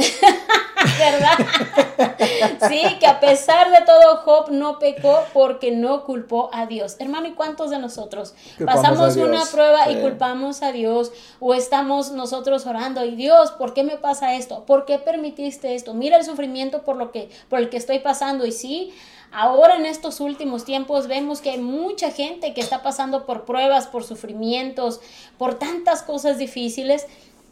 ¿Verdad? Sí, que a pesar de todo Job no pecó porque no culpó a Dios. Hermano, ¿y cuántos de nosotros culpamos pasamos una prueba sí. y culpamos a Dios? O estamos nosotros orando, y Dios, ¿por qué me pasa esto? ¿Por qué permitiste esto? Mira el sufrimiento por lo que, por el que estoy pasando. Y sí, ahora en estos últimos tiempos vemos que hay mucha gente que está pasando por pruebas, por sufrimientos, por tantas cosas difíciles,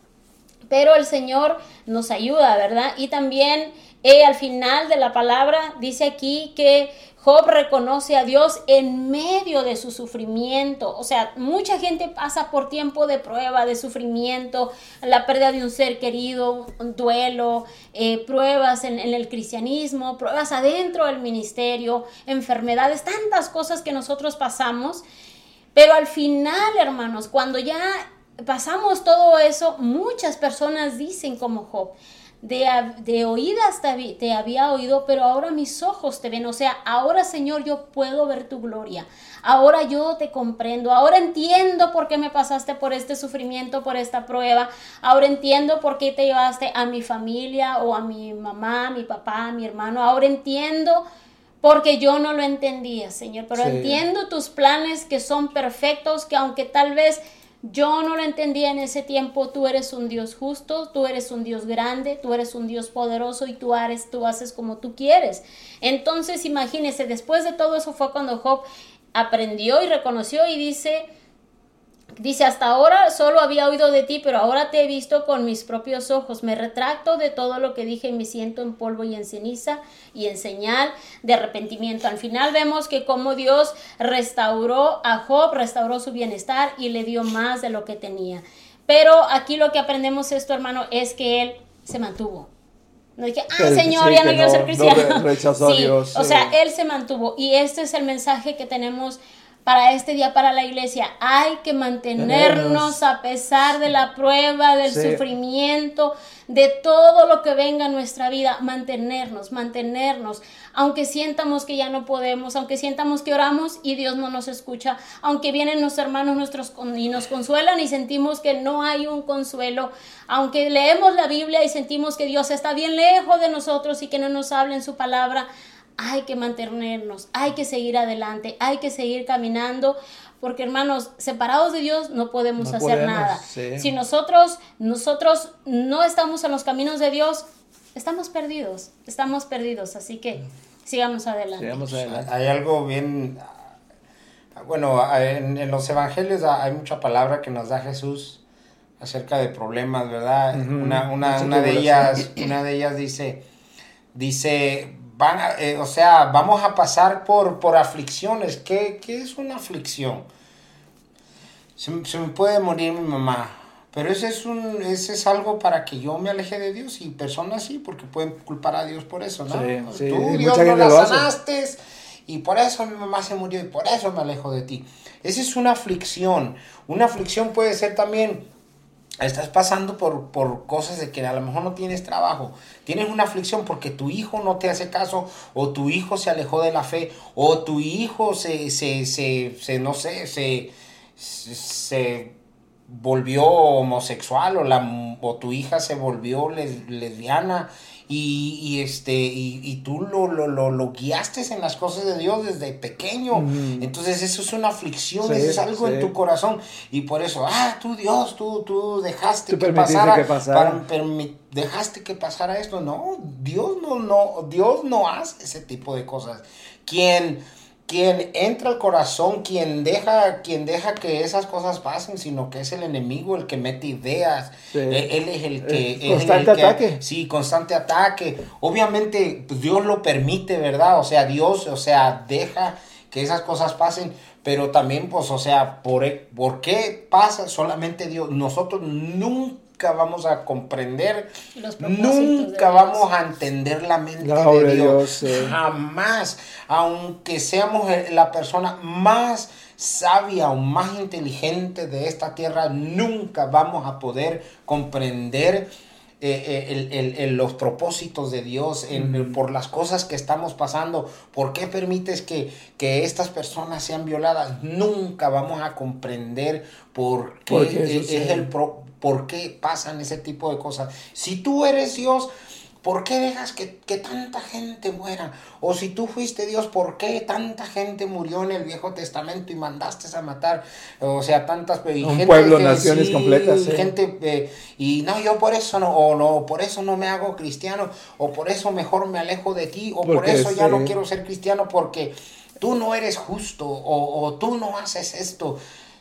pero el Señor nos ayuda, ¿verdad? Y también eh, al final de la palabra dice aquí que Job reconoce a Dios en medio de su sufrimiento. O sea, mucha gente pasa por tiempo de prueba, de sufrimiento, la pérdida de un ser querido, un duelo, eh, pruebas en, en el cristianismo, pruebas adentro del ministerio, enfermedades, tantas cosas que nosotros pasamos. Pero al final, hermanos, cuando ya pasamos todo eso, muchas personas dicen como Job, de, de oídas te, te había oído, pero ahora mis ojos te ven. O sea, ahora, Señor, yo puedo ver tu gloria. Ahora yo te comprendo. Ahora entiendo por qué me pasaste por este sufrimiento, por esta prueba. Ahora entiendo por qué te llevaste a mi familia o a mi mamá, a mi papá, a mi hermano. Ahora entiendo porque yo no lo entendía, Señor. Pero sí. entiendo tus planes que son perfectos, que aunque tal vez yo no lo entendía en ese tiempo, tú eres un Dios justo, tú eres un Dios grande, tú eres un Dios poderoso, y tú haces, tú haces como tú quieres. Entonces, imagínense, después de todo eso fue cuando Job aprendió y reconoció, y dice, dice, hasta ahora solo había oído de ti, pero ahora te he visto con mis propios ojos. Me retracto de todo lo que dije y me siento en polvo y en ceniza y en señal de arrepentimiento. Al final vemos que como Dios restauró a Job, restauró su bienestar y le dio más de lo que tenía. Pero aquí lo que aprendemos esto, hermano, es que él se mantuvo. No dije, ah, el, Señor, sí, ya no quiero no, ser cristiano. No rechazó sí, a Dios. O sí. sea, él se mantuvo. Y este es el mensaje que tenemos para este día, para la iglesia. Hay que mantenernos Tenemos. a pesar de la prueba, del sí. sufrimiento, de todo lo que venga en nuestra vida. Mantenernos, mantenernos. Aunque sientamos que ya no podemos, aunque sientamos que oramos y Dios no nos escucha, aunque vienen los hermanos nuestros y nos consuelan y sentimos que no hay un consuelo, aunque leemos la Biblia y sentimos que Dios está bien lejos de nosotros y que no nos habla en su palabra, hay que mantenernos, hay que seguir adelante, hay que seguir caminando, porque hermanos, separados de Dios no podemos No hacer podemos, nada. sí. Si nosotros, nosotros no estamos en los caminos de Dios, estamos perdidos, estamos perdidos, así que sigamos adelante. Sigamos adelante. Hay algo bien, bueno, en, en los evangelios hay mucha palabra que nos da Jesús acerca de problemas, ¿verdad? Ujú. Una, una, Mucha una de tribulación. ellas, una de ellas dice, dice, van a- eh, o sea, vamos a pasar por, por aflicciones. ¿Qué, qué es una aflicción? Se, se me puede morir mi mamá, pero ese es, un, ese es algo para que yo me aleje de Dios, y personas sí, porque pueden culpar a Dios por eso, ¿no? Sí, sí, Tú, y Dios, mucha no gente la lo hace. sanaste, y por eso mi mamá se murió, y por eso me alejo de ti. Esa es una aflicción. Una aflicción puede ser también, estás pasando por, por cosas de que a lo mejor no tienes trabajo. Tienes una aflicción porque tu hijo no te hace caso, o tu hijo se alejó de la fe, o tu hijo se, se, se, se no sé, se, se, se volvió homosexual, o, la, o tu hija se volvió les, lesbiana, y, y, este, y, y tú lo, lo, lo, lo guiaste en las cosas de Dios desde pequeño. Mm. Entonces eso es una aflicción, Sí, eso es algo sí. en tu corazón, y por eso, ah, tú Dios, tú, tú dejaste Tú que permitiste pasara, que pasara. para- permi- dejaste que pasara esto. No, Dios no, no, Dios no hace ese tipo de cosas. Quien, quien entra al corazón, quien deja, quien deja que esas cosas pasen, sino que es el enemigo el que mete ideas. Sí. Él, él es el que... Eh, él es constante el que- ataque. Sí, constante ataque. Obviamente, pues, Dios lo permite, ¿verdad? O sea, Dios, o sea, deja que esas cosas pasen, pero también, pues, o sea, ¿por, ¿por qué pasa? Solamente Dios. Nosotros nunca vamos a comprender, Los propósitos de nunca Dios. vamos a entender la mente La obra de de Dios. Dios, sí. Jamás, aunque seamos la persona más sabia o más inteligente de esta tierra, nunca vamos a poder comprender eh, el, el, el, los propósitos de Dios en, Mm. por las cosas que estamos pasando. ¿Por qué permites que, que estas personas sean violadas? Nunca vamos a comprender por qué, ¿Por qué es, sucede? es el pro, por qué pasan ese tipo de cosas. Si tú eres Dios, ¿por qué dejas que, que tanta gente muera? O si tú fuiste Dios, ¿por qué tanta gente murió en el Viejo Testamento y mandaste a matar? O sea, tantas... Y Un pueblo, naciones completas, sí. Gente, eh, y no, yo por eso no, o no, por eso no me hago cristiano, o por eso mejor me alejo de ti, o por Porque eso ya sí. no quiero ser cristiano porque tú no eres justo, o, o tú no haces esto.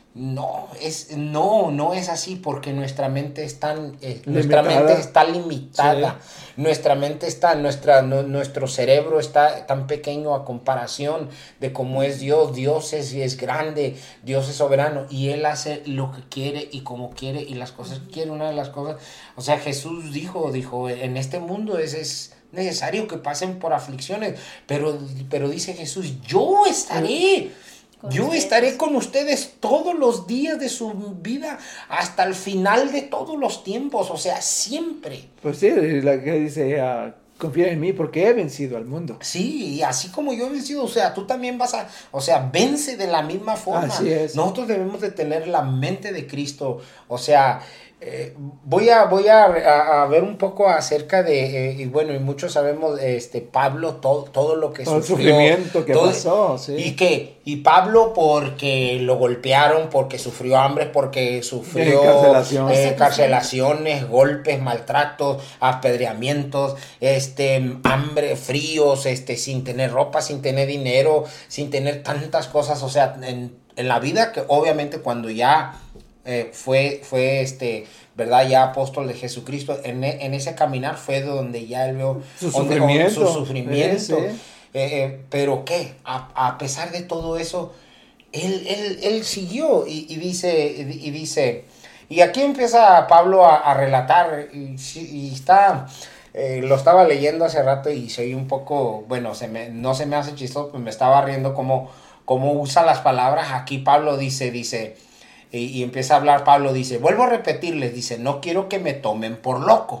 No, es, no, no es así, porque nuestra mente es tan, eh, nuestra Limitada. mente está limitada, Sí. nuestra mente está, nuestra, no, nuestro cerebro está tan pequeño a comparación de cómo es Dios. Dios es, es grande, Dios es soberano, y Él hace lo que quiere y como quiere y las cosas que quiere. Una de las cosas, o sea, Jesús dijo, dijo, en este mundo es, es necesario que pasen por aflicciones, pero, pero dice Jesús, yo estaré. Con Yo ustedes. estaré con ustedes todos los días de su vida hasta el final de todos los tiempos, o sea, siempre. Pues sí, la que dice, ah, confía en mí porque he vencido al mundo. Sí, y así como yo he vencido, o sea, tú también vas a, o sea, vence de la misma forma. Así es. Nosotros debemos de tener la mente de Cristo, o sea, eh, voy a, voy a, a, a ver un poco acerca de, eh, y bueno, y muchos sabemos, este, Pablo, todo, todo lo que Todo el sufrió. sufrimiento que todo- pasó, sí. Y que, y Pablo porque lo golpearon, porque sufrió hambre, porque sufrió Encarcelación. eh, encarcelaciones, golpes, maltratos, apedreamientos, este, hambre, fríos, este, sin tener ropa, sin tener dinero, sin tener tantas cosas, o sea, en, en la vida que obviamente cuando ya eh, fue, fue este, ¿verdad? Ya apóstol de Jesucristo, en, e- en ese caminar fue donde ya él vio Su donde- sufrimiento. su sufrimiento. Sí, sí. Eh, eh, pero qué, a, a pesar de todo eso, él, él, él siguió y, y dice, y, y dice, y aquí empieza Pablo a, a relatar, y, y está, eh, lo estaba leyendo hace rato y soy un poco, bueno, se me, no se me hace chistoso, pues me estaba riendo como, como usa las palabras. Aquí Pablo dice, dice, y, y empieza a hablar Pablo, dice, vuelvo a repetirles, dice, no quiero que me tomen por loco.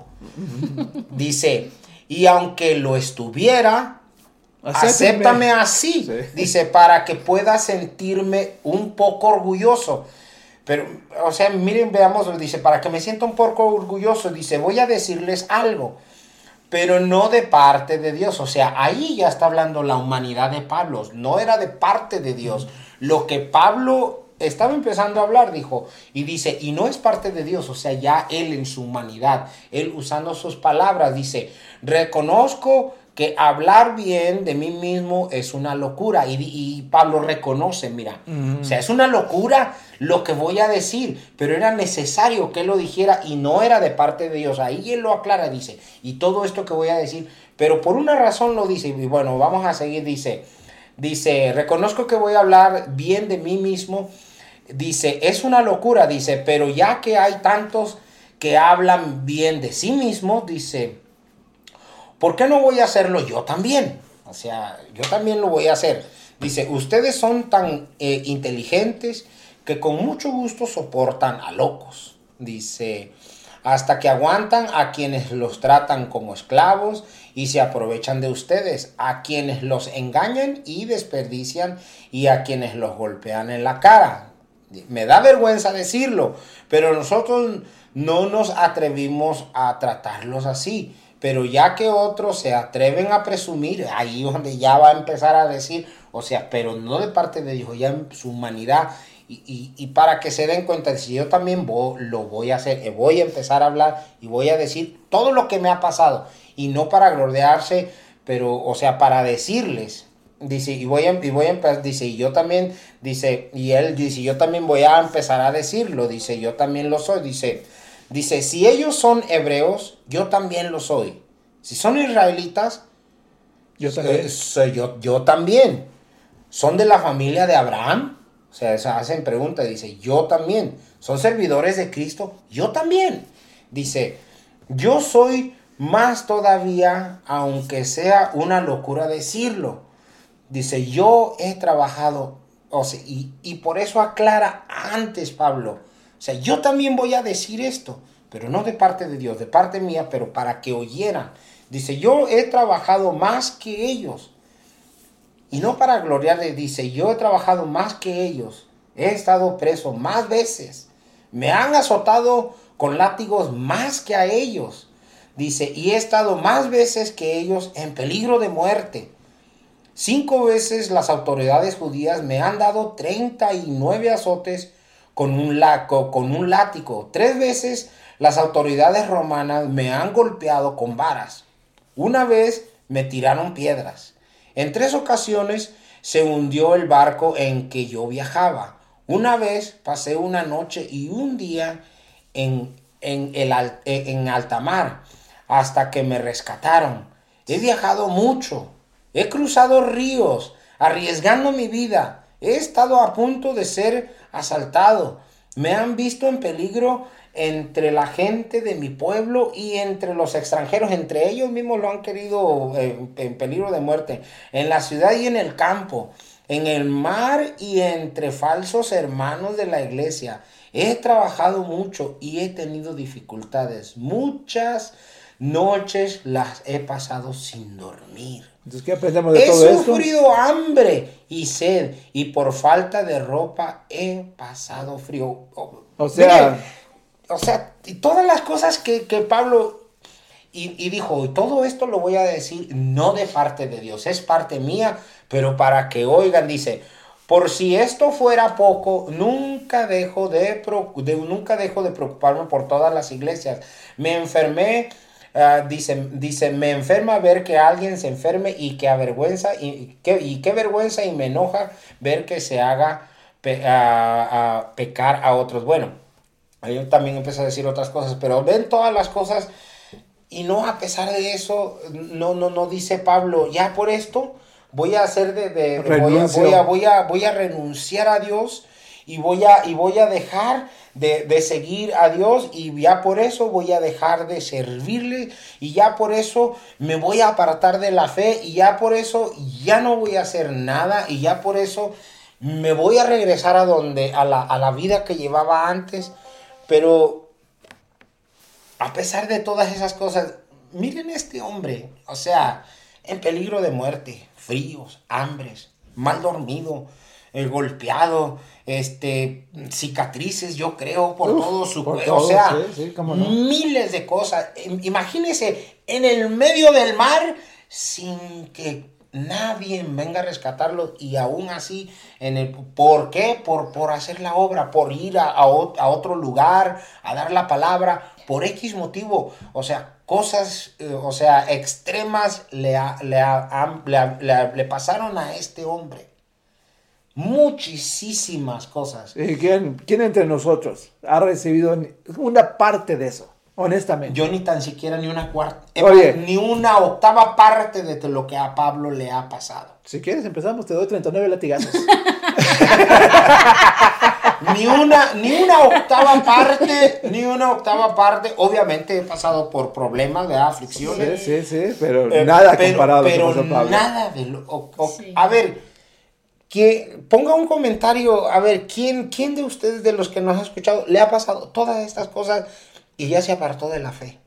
Dice, y aunque lo estuviera, acéptame así, Sí. dice, para que pueda sentirme un poco orgulloso. Pero, o sea, miren, veamos, dice, para que me sienta un poco orgulloso, dice, voy a decirles algo. pero no de parte de Dios. O sea, ahí ya está hablando la humanidad de Pablo, no era de parte de Dios. Lo que Pablo estaba empezando a hablar, dijo, y dice, y no es parte de Dios, o sea, ya él en su humanidad, él usando sus palabras, dice, reconozco que hablar bien de mí mismo es una locura. Y, y Pablo reconoce, mira, mm. o sea, es una locura lo que voy a decir, pero era necesario que él lo dijera y no era de parte de Dios. Ahí él lo aclara, dice, y todo esto que voy a decir, pero por una razón lo dice. Y bueno, vamos a seguir, dice, dice, reconozco que voy a hablar bien de mí mismo. Dice, es una locura, dice, pero ya que hay tantos que hablan bien de sí mismos, dice, ¿por qué no voy a hacerlo yo también? O sea, yo también lo voy a hacer. Dice, ustedes son tan eh, inteligentes que con mucho gusto soportan a locos. Dice, hasta que aguantan a quienes los tratan como esclavos y se aprovechan de ustedes, a quienes los engañan y desperdician y a quienes los golpean en la cara. Me da vergüenza decirlo, pero nosotros no nos atrevimos a tratarlos así. Pero ya que otros se atreven a presumir, ahí es donde ya va a empezar a decir, o sea, pero no de parte de Dios, ya en su humanidad. Y, y, y para que se den cuenta, si yo también voy, lo voy a hacer, voy a empezar a hablar y voy a decir todo lo que me ha pasado. Y no para gloriarse, pero, o sea, para decirles. Dice, y voy a, y voy a empezar, dice, y yo también, dice, y él dice, yo también voy a empezar a decirlo, dice, yo también lo soy, dice, dice, si ellos son hebreos, yo también lo soy. Si son israelitas, yo también. Eh, soy yo, yo también. Son de la familia de Abraham, o sea, se hacen preguntas, dice, yo también. Son servidores de Cristo, yo también. Dice, yo soy más todavía, aunque sea una locura decirlo. Dice, yo he trabajado, o sea, y, y por eso aclara antes Pablo. O sea, yo también voy a decir esto, pero no de parte de Dios, de parte mía, pero para que oyeran. Dice, yo he trabajado más que ellos. Y no para gloriarle, dice, yo he trabajado más que ellos. He estado preso más veces. Me han azotado con látigos más que a ellos. Dice, y he estado más veces que ellos en peligro de muerte. Cinco veces las autoridades judías me han dado treinta y nueve azotes con un, laco, con un látigo. Tres veces las autoridades romanas me han golpeado con varas. Una vez me tiraron piedras. En tres ocasiones se hundió el barco en que yo viajaba. Una vez pasé una noche y un día en, en, el, en alta mar hasta que me rescataron. He viajado mucho. He cruzado ríos, arriesgando mi vida. He estado a punto de ser asaltado. Me han visto en peligro entre la gente de mi pueblo y entre los extranjeros. Entre ellos mismos lo han querido eh, en peligro de muerte. En la ciudad y en el campo. En el mar y entre falsos hermanos de la iglesia. He trabajado mucho y he tenido dificultades. Muchas noches las he pasado sin dormir. Entonces, ¿qué aprendemos de todo esto? He sufrido hambre y sed, y por falta de ropa he pasado frío. O sea, Miren, o sea, y todas las cosas que, que Pablo y, y dijo, y todo esto lo voy a decir no de parte de Dios, es parte mía, pero para que oigan, dice, por si esto fuera poco, nunca dejo de, de, nunca dejo de preocuparme por todas las iglesias. Me enfermé. Uh, dice, dice, me enferma ver que alguien se enferme y que avergüenza y que, y qué vergüenza y me enoja ver que se haga pe, a, a pecar a otros. Bueno, yo también empecé a decir otras cosas, pero ven todas las cosas y no, a pesar de eso, no, no, no dice Pablo, ya por esto voy a hacer de, de, de voy, a, voy, a, voy, a, voy a renunciar a Dios y voy a, y voy a dejar De, de seguir a Dios y ya por eso voy a dejar de servirle y ya por eso me voy a apartar de la fe y ya por eso ya no voy a hacer nada y ya por eso me voy a regresar a donde a la, a la vida que llevaba antes. Pero a pesar de todas esas cosas, miren este hombre, o sea, en peligro de muerte, fríos, hambres, mal dormido, eh, golpeado, este, cicatrices, yo creo, por Uf, todo su por cuerpo. todo, O sea, sí, sí, cómo no. miles de cosas. Imagínese en el medio del mar sin que nadie venga a rescatarlo, y aún así, en el, ¿por qué? Por, por hacer la obra, por ir a, a, a otro lugar, a dar la palabra, por X motivo. O sea, cosas, eh, o sea, extremas le, a, le, a, le, le, le pasaron a este hombre. Muchísimas cosas. ¿Y quién, quién entre nosotros ha recibido una parte de eso? Honestamente. Yo ni tan siquiera ni una cuarta, Oye. ni una octava parte de lo que a Pablo le ha pasado. Si quieres empezamos, te doy treinta y nueve latigazos. Ni una, ni una octava parte, ni una octava parte. Obviamente he pasado por problemas, ¿verdad? Aflicciones. Sí, sí, sí, pero Eh, nada pero, comparado pero con San Pablo. nada de lo, o, o, Sí. A ver, que ponga un comentario, a ver, ¿quién, quién de ustedes, de los que nos ha escuchado, le ha pasado todas estas cosas y ya se apartó de la fe?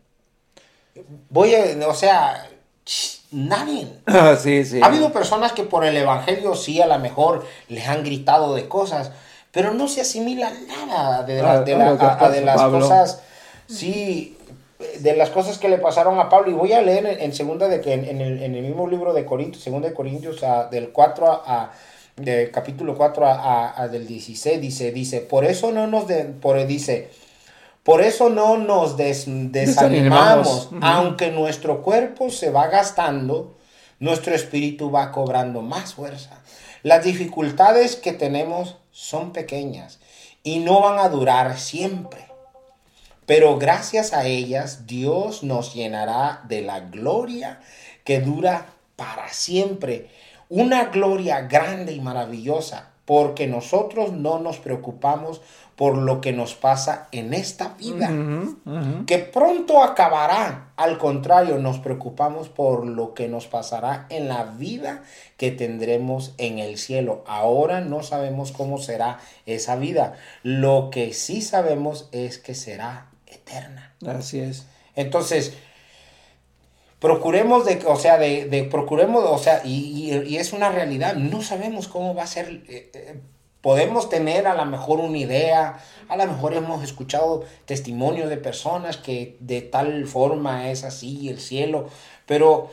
Voy a, o sea, nadie. Ah, sí, sí. Ha habido personas que por el evangelio sí a lo mejor les han gritado de cosas, pero no se asimila nada de, la, Ah, de, la, lo que a- a de pasó, las Pablo. cosas, sí, de las cosas que le pasaron a Pablo. Y voy a leer en, en segunda de que en, en el, en el mismo libro de Corintios, segunda de Corintios, a, del cuatro a, a de capítulo cuatro a, a, a del dieciséis, dice, dice, por eso no nos de, por, dice, por eso no nos des, desanimamos, Desanimamos. aunque nuestro cuerpo se va gastando, nuestro espíritu va cobrando más fuerza. Las dificultades que tenemos son pequeñas y no van a durar siempre, pero gracias a ellas Dios nos llenará de la gloria que dura para siempre. Una gloria grande y maravillosa, porque nosotros no nos preocupamos por lo que nos pasa en esta vida, Ujú, ujú. que pronto acabará. Al contrario, nos preocupamos por lo que nos pasará en la vida que tendremos en el cielo. Ahora no sabemos cómo será esa vida. Lo que sí sabemos es que será eterna. Así es. Entonces, procuremos de, o sea, de, de procuremos, o sea, y, y, y es una realidad, no sabemos cómo va a ser, eh, eh, podemos tener a lo mejor una idea, a lo mejor hemos escuchado testimonios de personas que de tal forma es así el cielo, pero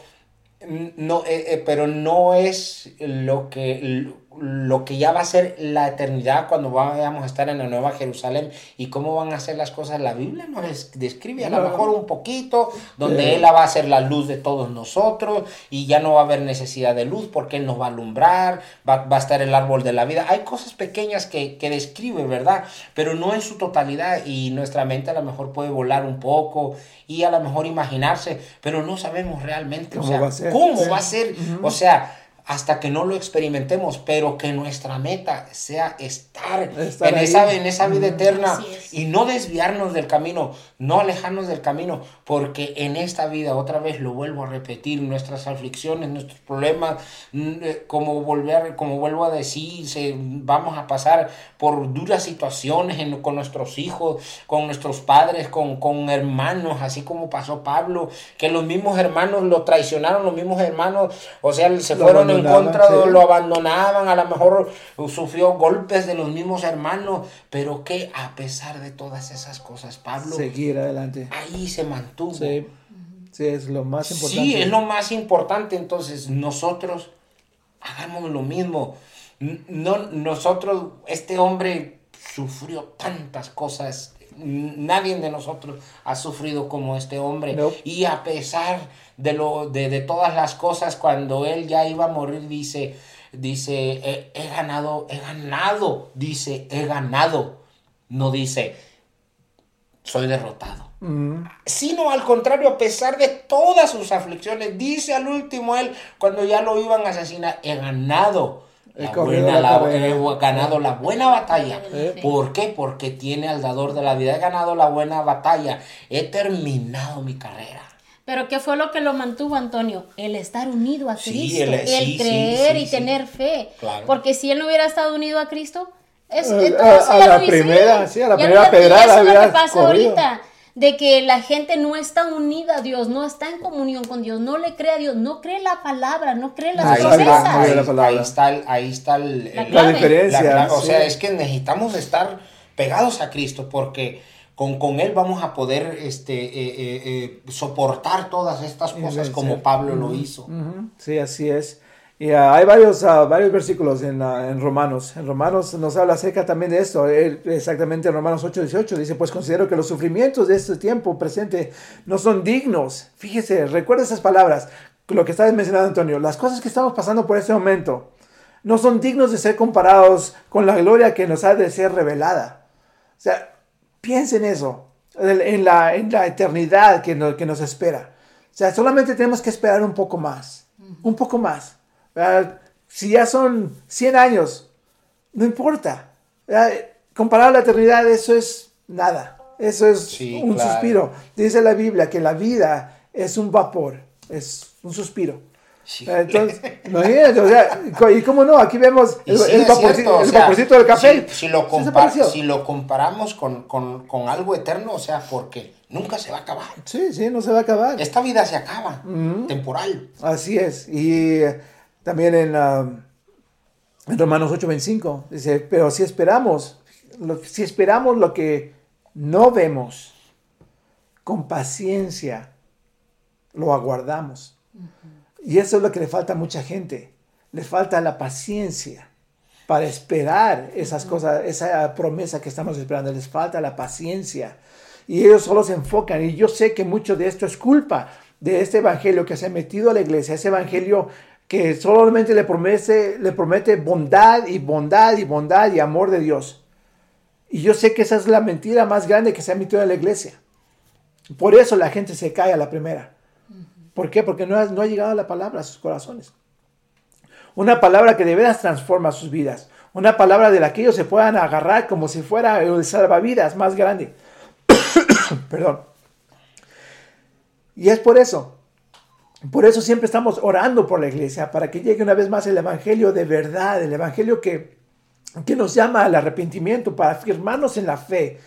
no, eh, eh, pero no es lo que, lo que ya va a ser la eternidad cuando vayamos a estar en la Nueva Jerusalén y cómo van a ser las cosas. La Biblia nos describe a lo No. mejor un poquito, donde Sí. Él va a ser la luz de todos nosotros y ya no va a haber necesidad de luz porque Él nos va a alumbrar, va, va a estar el árbol de la vida. Hay cosas pequeñas que, que describe, ¿verdad? Pero no en su totalidad, y nuestra mente a lo mejor puede volar un poco y a lo mejor imaginarse, pero no sabemos realmente, ¿Cómo o sea, va a ser? cómo Sí. va a ser, o sea, hasta que no lo experimentemos, pero que nuestra meta sea estar, Estar en, ahí. esa, en esa vida eterna Así es. y no desviarnos del camino, no alejarnos del camino, porque en esta vida, otra vez lo vuelvo a repetir, nuestras aflicciones, nuestros problemas, mm, eh, como, volver, como vuelvo a decir, se, vamos a pasar por duras situaciones en- con nuestros hijos, con nuestros padres, con, con hermanos, así como pasó Pablo, que los mismos hermanos lo traicionaron, los mismos hermanos, o sea, se Lo fueron en abandonaban, contra, sí. lo abandonaban, a lo mejor sufrió golpes de los mismos hermanos, pero que a pesar de todas esas cosas, Pablo Seguir adelante. ahí se mantuvo. Sí. Sí, es lo más importante. Sí, es lo más importante. Entonces nosotros hagamos lo mismo. N- No, nosotros, este hombre sufrió tantas cosas. N- Nadie de nosotros ha sufrido como este hombre. No. Y a pesar de, lo, de, de todas las cosas, cuando él ya iba a morir, dice, dice he, he ganado, he ganado, dice, he ganado. No dice, soy derrotado. Mm. Sino al contrario, a pesar de todas sus aflicciones, dice al último él, cuando ya lo iban a asesinar, he ganado He la corrido buena, la la- carrera. he ganado la buena batalla. Eh. ¿Por qué? Porque tiene al dador de la vida, he ganado la buena batalla, he terminado mi carrera. Pero ¿qué fue lo que lo mantuvo, Antonio? El estar unido a Sí, Cristo, el- el, sí, sí, creer sí, y sí. tener fe. Claro. Porque si él no hubiera estado unido a Cristo, eso, Eh, todo a- eso a ya la lo hubiese primera, ido. sí, a la Ya primera no- y pedrada eso es lo que hubiera pasa corrido. ahorita. de que la gente no está unida a Dios, no está en comunión con Dios, no le cree a Dios, no cree la palabra, no cree las Ahí promesas. está, ahí, la palabra. ahí está, el- ahí está el- La el- La clave. diferencia. La cla- o sí. sea, es que necesitamos estar pegados a Cristo porque con, con Él vamos a poder este, eh, eh, eh, soportar todas estas Y cosas vencer. como Pablo lo Ujú, hizo. ujú. Sí, así es. Y ah, hay varios, ah, varios versículos en, ah, en Romanos. En Romanos nos habla acerca también de esto. Él, exactamente en Romanos ocho dieciocho dice, pues considero que los sufrimientos de este tiempo presente no son dignos. Fíjese, recuerda esas palabras, lo que estaba mencionando Antonio. Las cosas que estamos pasando por este momento no son dignos de ser comparados con la gloria que nos ha de ser revelada. O sea, piensen eso, en en la, en la eternidad que nos, que nos espera. O sea, solamente tenemos que esperar un poco más, un poco más. ¿Verdad? Si ya son cien años, no importa. ¿Verdad? Comparado a la eternidad, eso es nada. Eso es Sí, un claro. suspiro. Dice la Biblia que la vida es un vapor, es un suspiro. Sí. Entonces, imagínate, o sea, y cómo no, aquí vemos Y el, sí, el es vaporcito, cierto, o el sea, vaporcito del café. Si, si lo se compar- desapareció. si lo comparamos con, con, con algo eterno, o sea, porque nunca se va a acabar. Sí, sí, no se va a acabar. Esta vida se acaba, temporal. Así es. Y eh, también en, ah, en Romanos ocho veinticinco dice, pero si esperamos, lo, si esperamos lo que no vemos, con paciencia lo aguardamos. Y eso es lo que le falta a mucha gente. Le falta la paciencia para esperar esas cosas, esa promesa que estamos esperando. Les falta la paciencia. Y ellos solo se enfocan. Y yo sé que mucho de esto es culpa de este evangelio que se ha metido a la iglesia. Ese evangelio que solamente le promete, le promete bondad y bondad y bondad y amor de Dios. Y yo sé que esa es la mentira más grande que se ha metido en la iglesia. Por eso la gente se cae a la primera. ¿Por qué? Porque no ha, no ha llegado la palabra a sus corazones. Una palabra que de veras transforma sus vidas. Una palabra de la que ellos se puedan agarrar como si fuera el salvavidas más grande. Perdón. Y es por eso. Por eso siempre estamos orando por la iglesia, para que llegue una vez más el evangelio de verdad, el evangelio que, que nos llama al arrepentimiento, para afirmarnos en la fe.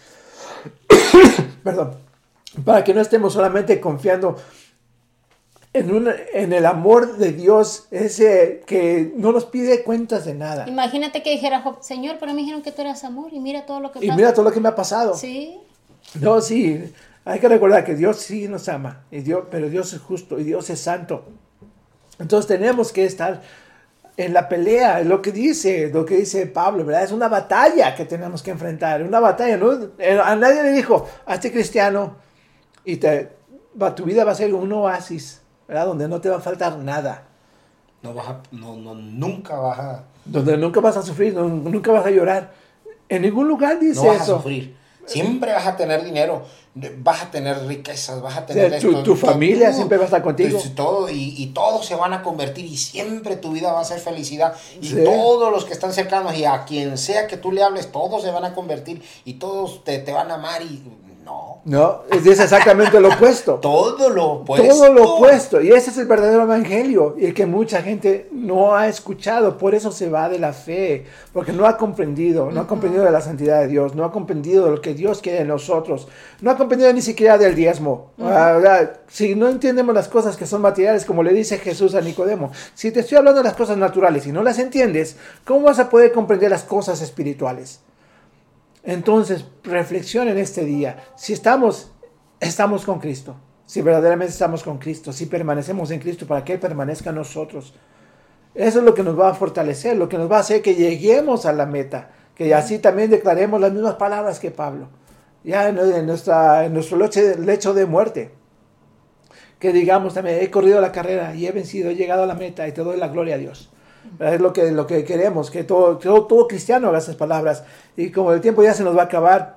Perdón. Para que no estemos solamente confiando En, un, en el amor de Dios, ese que no nos pide cuentas de nada. Imagínate que dijera Job, Señor, pero me dijeron que tú eras amor y mira todo lo que Y pasa. mira todo lo que me ha pasado. Sí. No, sí, hay que recordar que Dios sí nos ama, y Dios, pero Dios es justo y Dios es santo. Entonces tenemos que estar en la pelea, lo que dice, lo que dice Pablo, ¿verdad? Es una batalla que tenemos que enfrentar, una batalla, ¿no? A nadie le dijo, hazte cristiano y te, va, tu vida va a ser un oasis, ¿verdad? Donde no te va a faltar nada. No vas a, no, no, nunca vas a, Donde nunca vas a sufrir, no, nunca vas a llorar. En ningún lugar dice no vas eso. a sufrir. Siempre vas a tener dinero, vas a tener riquezas, vas a O tener sea, esto, tu, tu todo, familia todo, siempre va a estar contigo. pues, todo, y, y todos se van a convertir y siempre tu vida va a ser felicidad. Y Sí. todos los que están cercanos y a quien sea que tú le hables, todos se van a convertir y todos te, te van a amar y no. No, es exactamente lo opuesto. Todo lo opuesto. Todo lo opuesto. Y ese es el verdadero evangelio. Y el que mucha gente no ha escuchado. Por eso se va de la fe. Porque no ha comprendido. No ha comprendido de la santidad de Dios. No ha comprendido de lo que Dios quiere de nosotros. No ha comprendido ni siquiera del diezmo. Uh-huh. uh, si no entendemos las cosas que son materiales, como le dice Jesús a Nicodemo. Si te estoy hablando de las cosas naturales y no las entiendes, ¿cómo vas a poder comprender las cosas espirituales? Entonces, reflexiona en este día. Si estamos, estamos con Cristo. Si verdaderamente estamos con Cristo. Si permanecemos en Cristo para que Él permanezca en nosotros. Eso es lo que nos va a fortalecer. Lo que nos va a hacer que lleguemos a la meta. Que así también declaremos las mismas palabras que Pablo. Ya en, en, nuestra, en nuestro lecho, lecho de muerte. Que digamos también, he corrido la carrera y he vencido, he llegado a la meta y te doy la gloria a Dios. Es lo que, lo que queremos, que todo, todo, todo cristiano haga esas palabras. Y como el tiempo ya se nos va a acabar,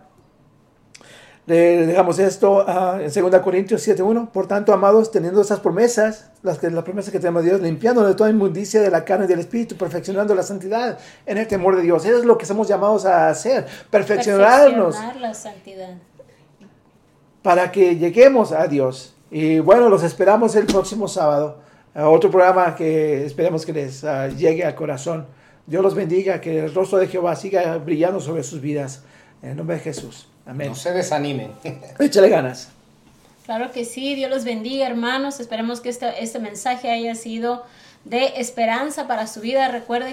le dejamos esto uh, en segunda Corintios siete uno. Por tanto, amados, teniendo esas promesas, las, que, las promesas que tenemos de Dios, limpiándonos de toda inmundicia de la carne y del espíritu, perfeccionando la santidad en el temor de Dios. Eso es lo que somos llamados a hacer, perfeccionarnos. Perfeccionar la santidad. Para que lleguemos a Dios. Y bueno, los esperamos el próximo sábado. Uh, otro programa que esperemos que les uh, llegue al corazón. Dios los bendiga, que el rostro de Jehová siga brillando sobre sus vidas. En el nombre de Jesús. Amén. No se desanimen. Échale ganas. Claro que sí, Dios los bendiga, hermanos. Esperemos que este, este mensaje haya sido de esperanza para su vida. Recuerde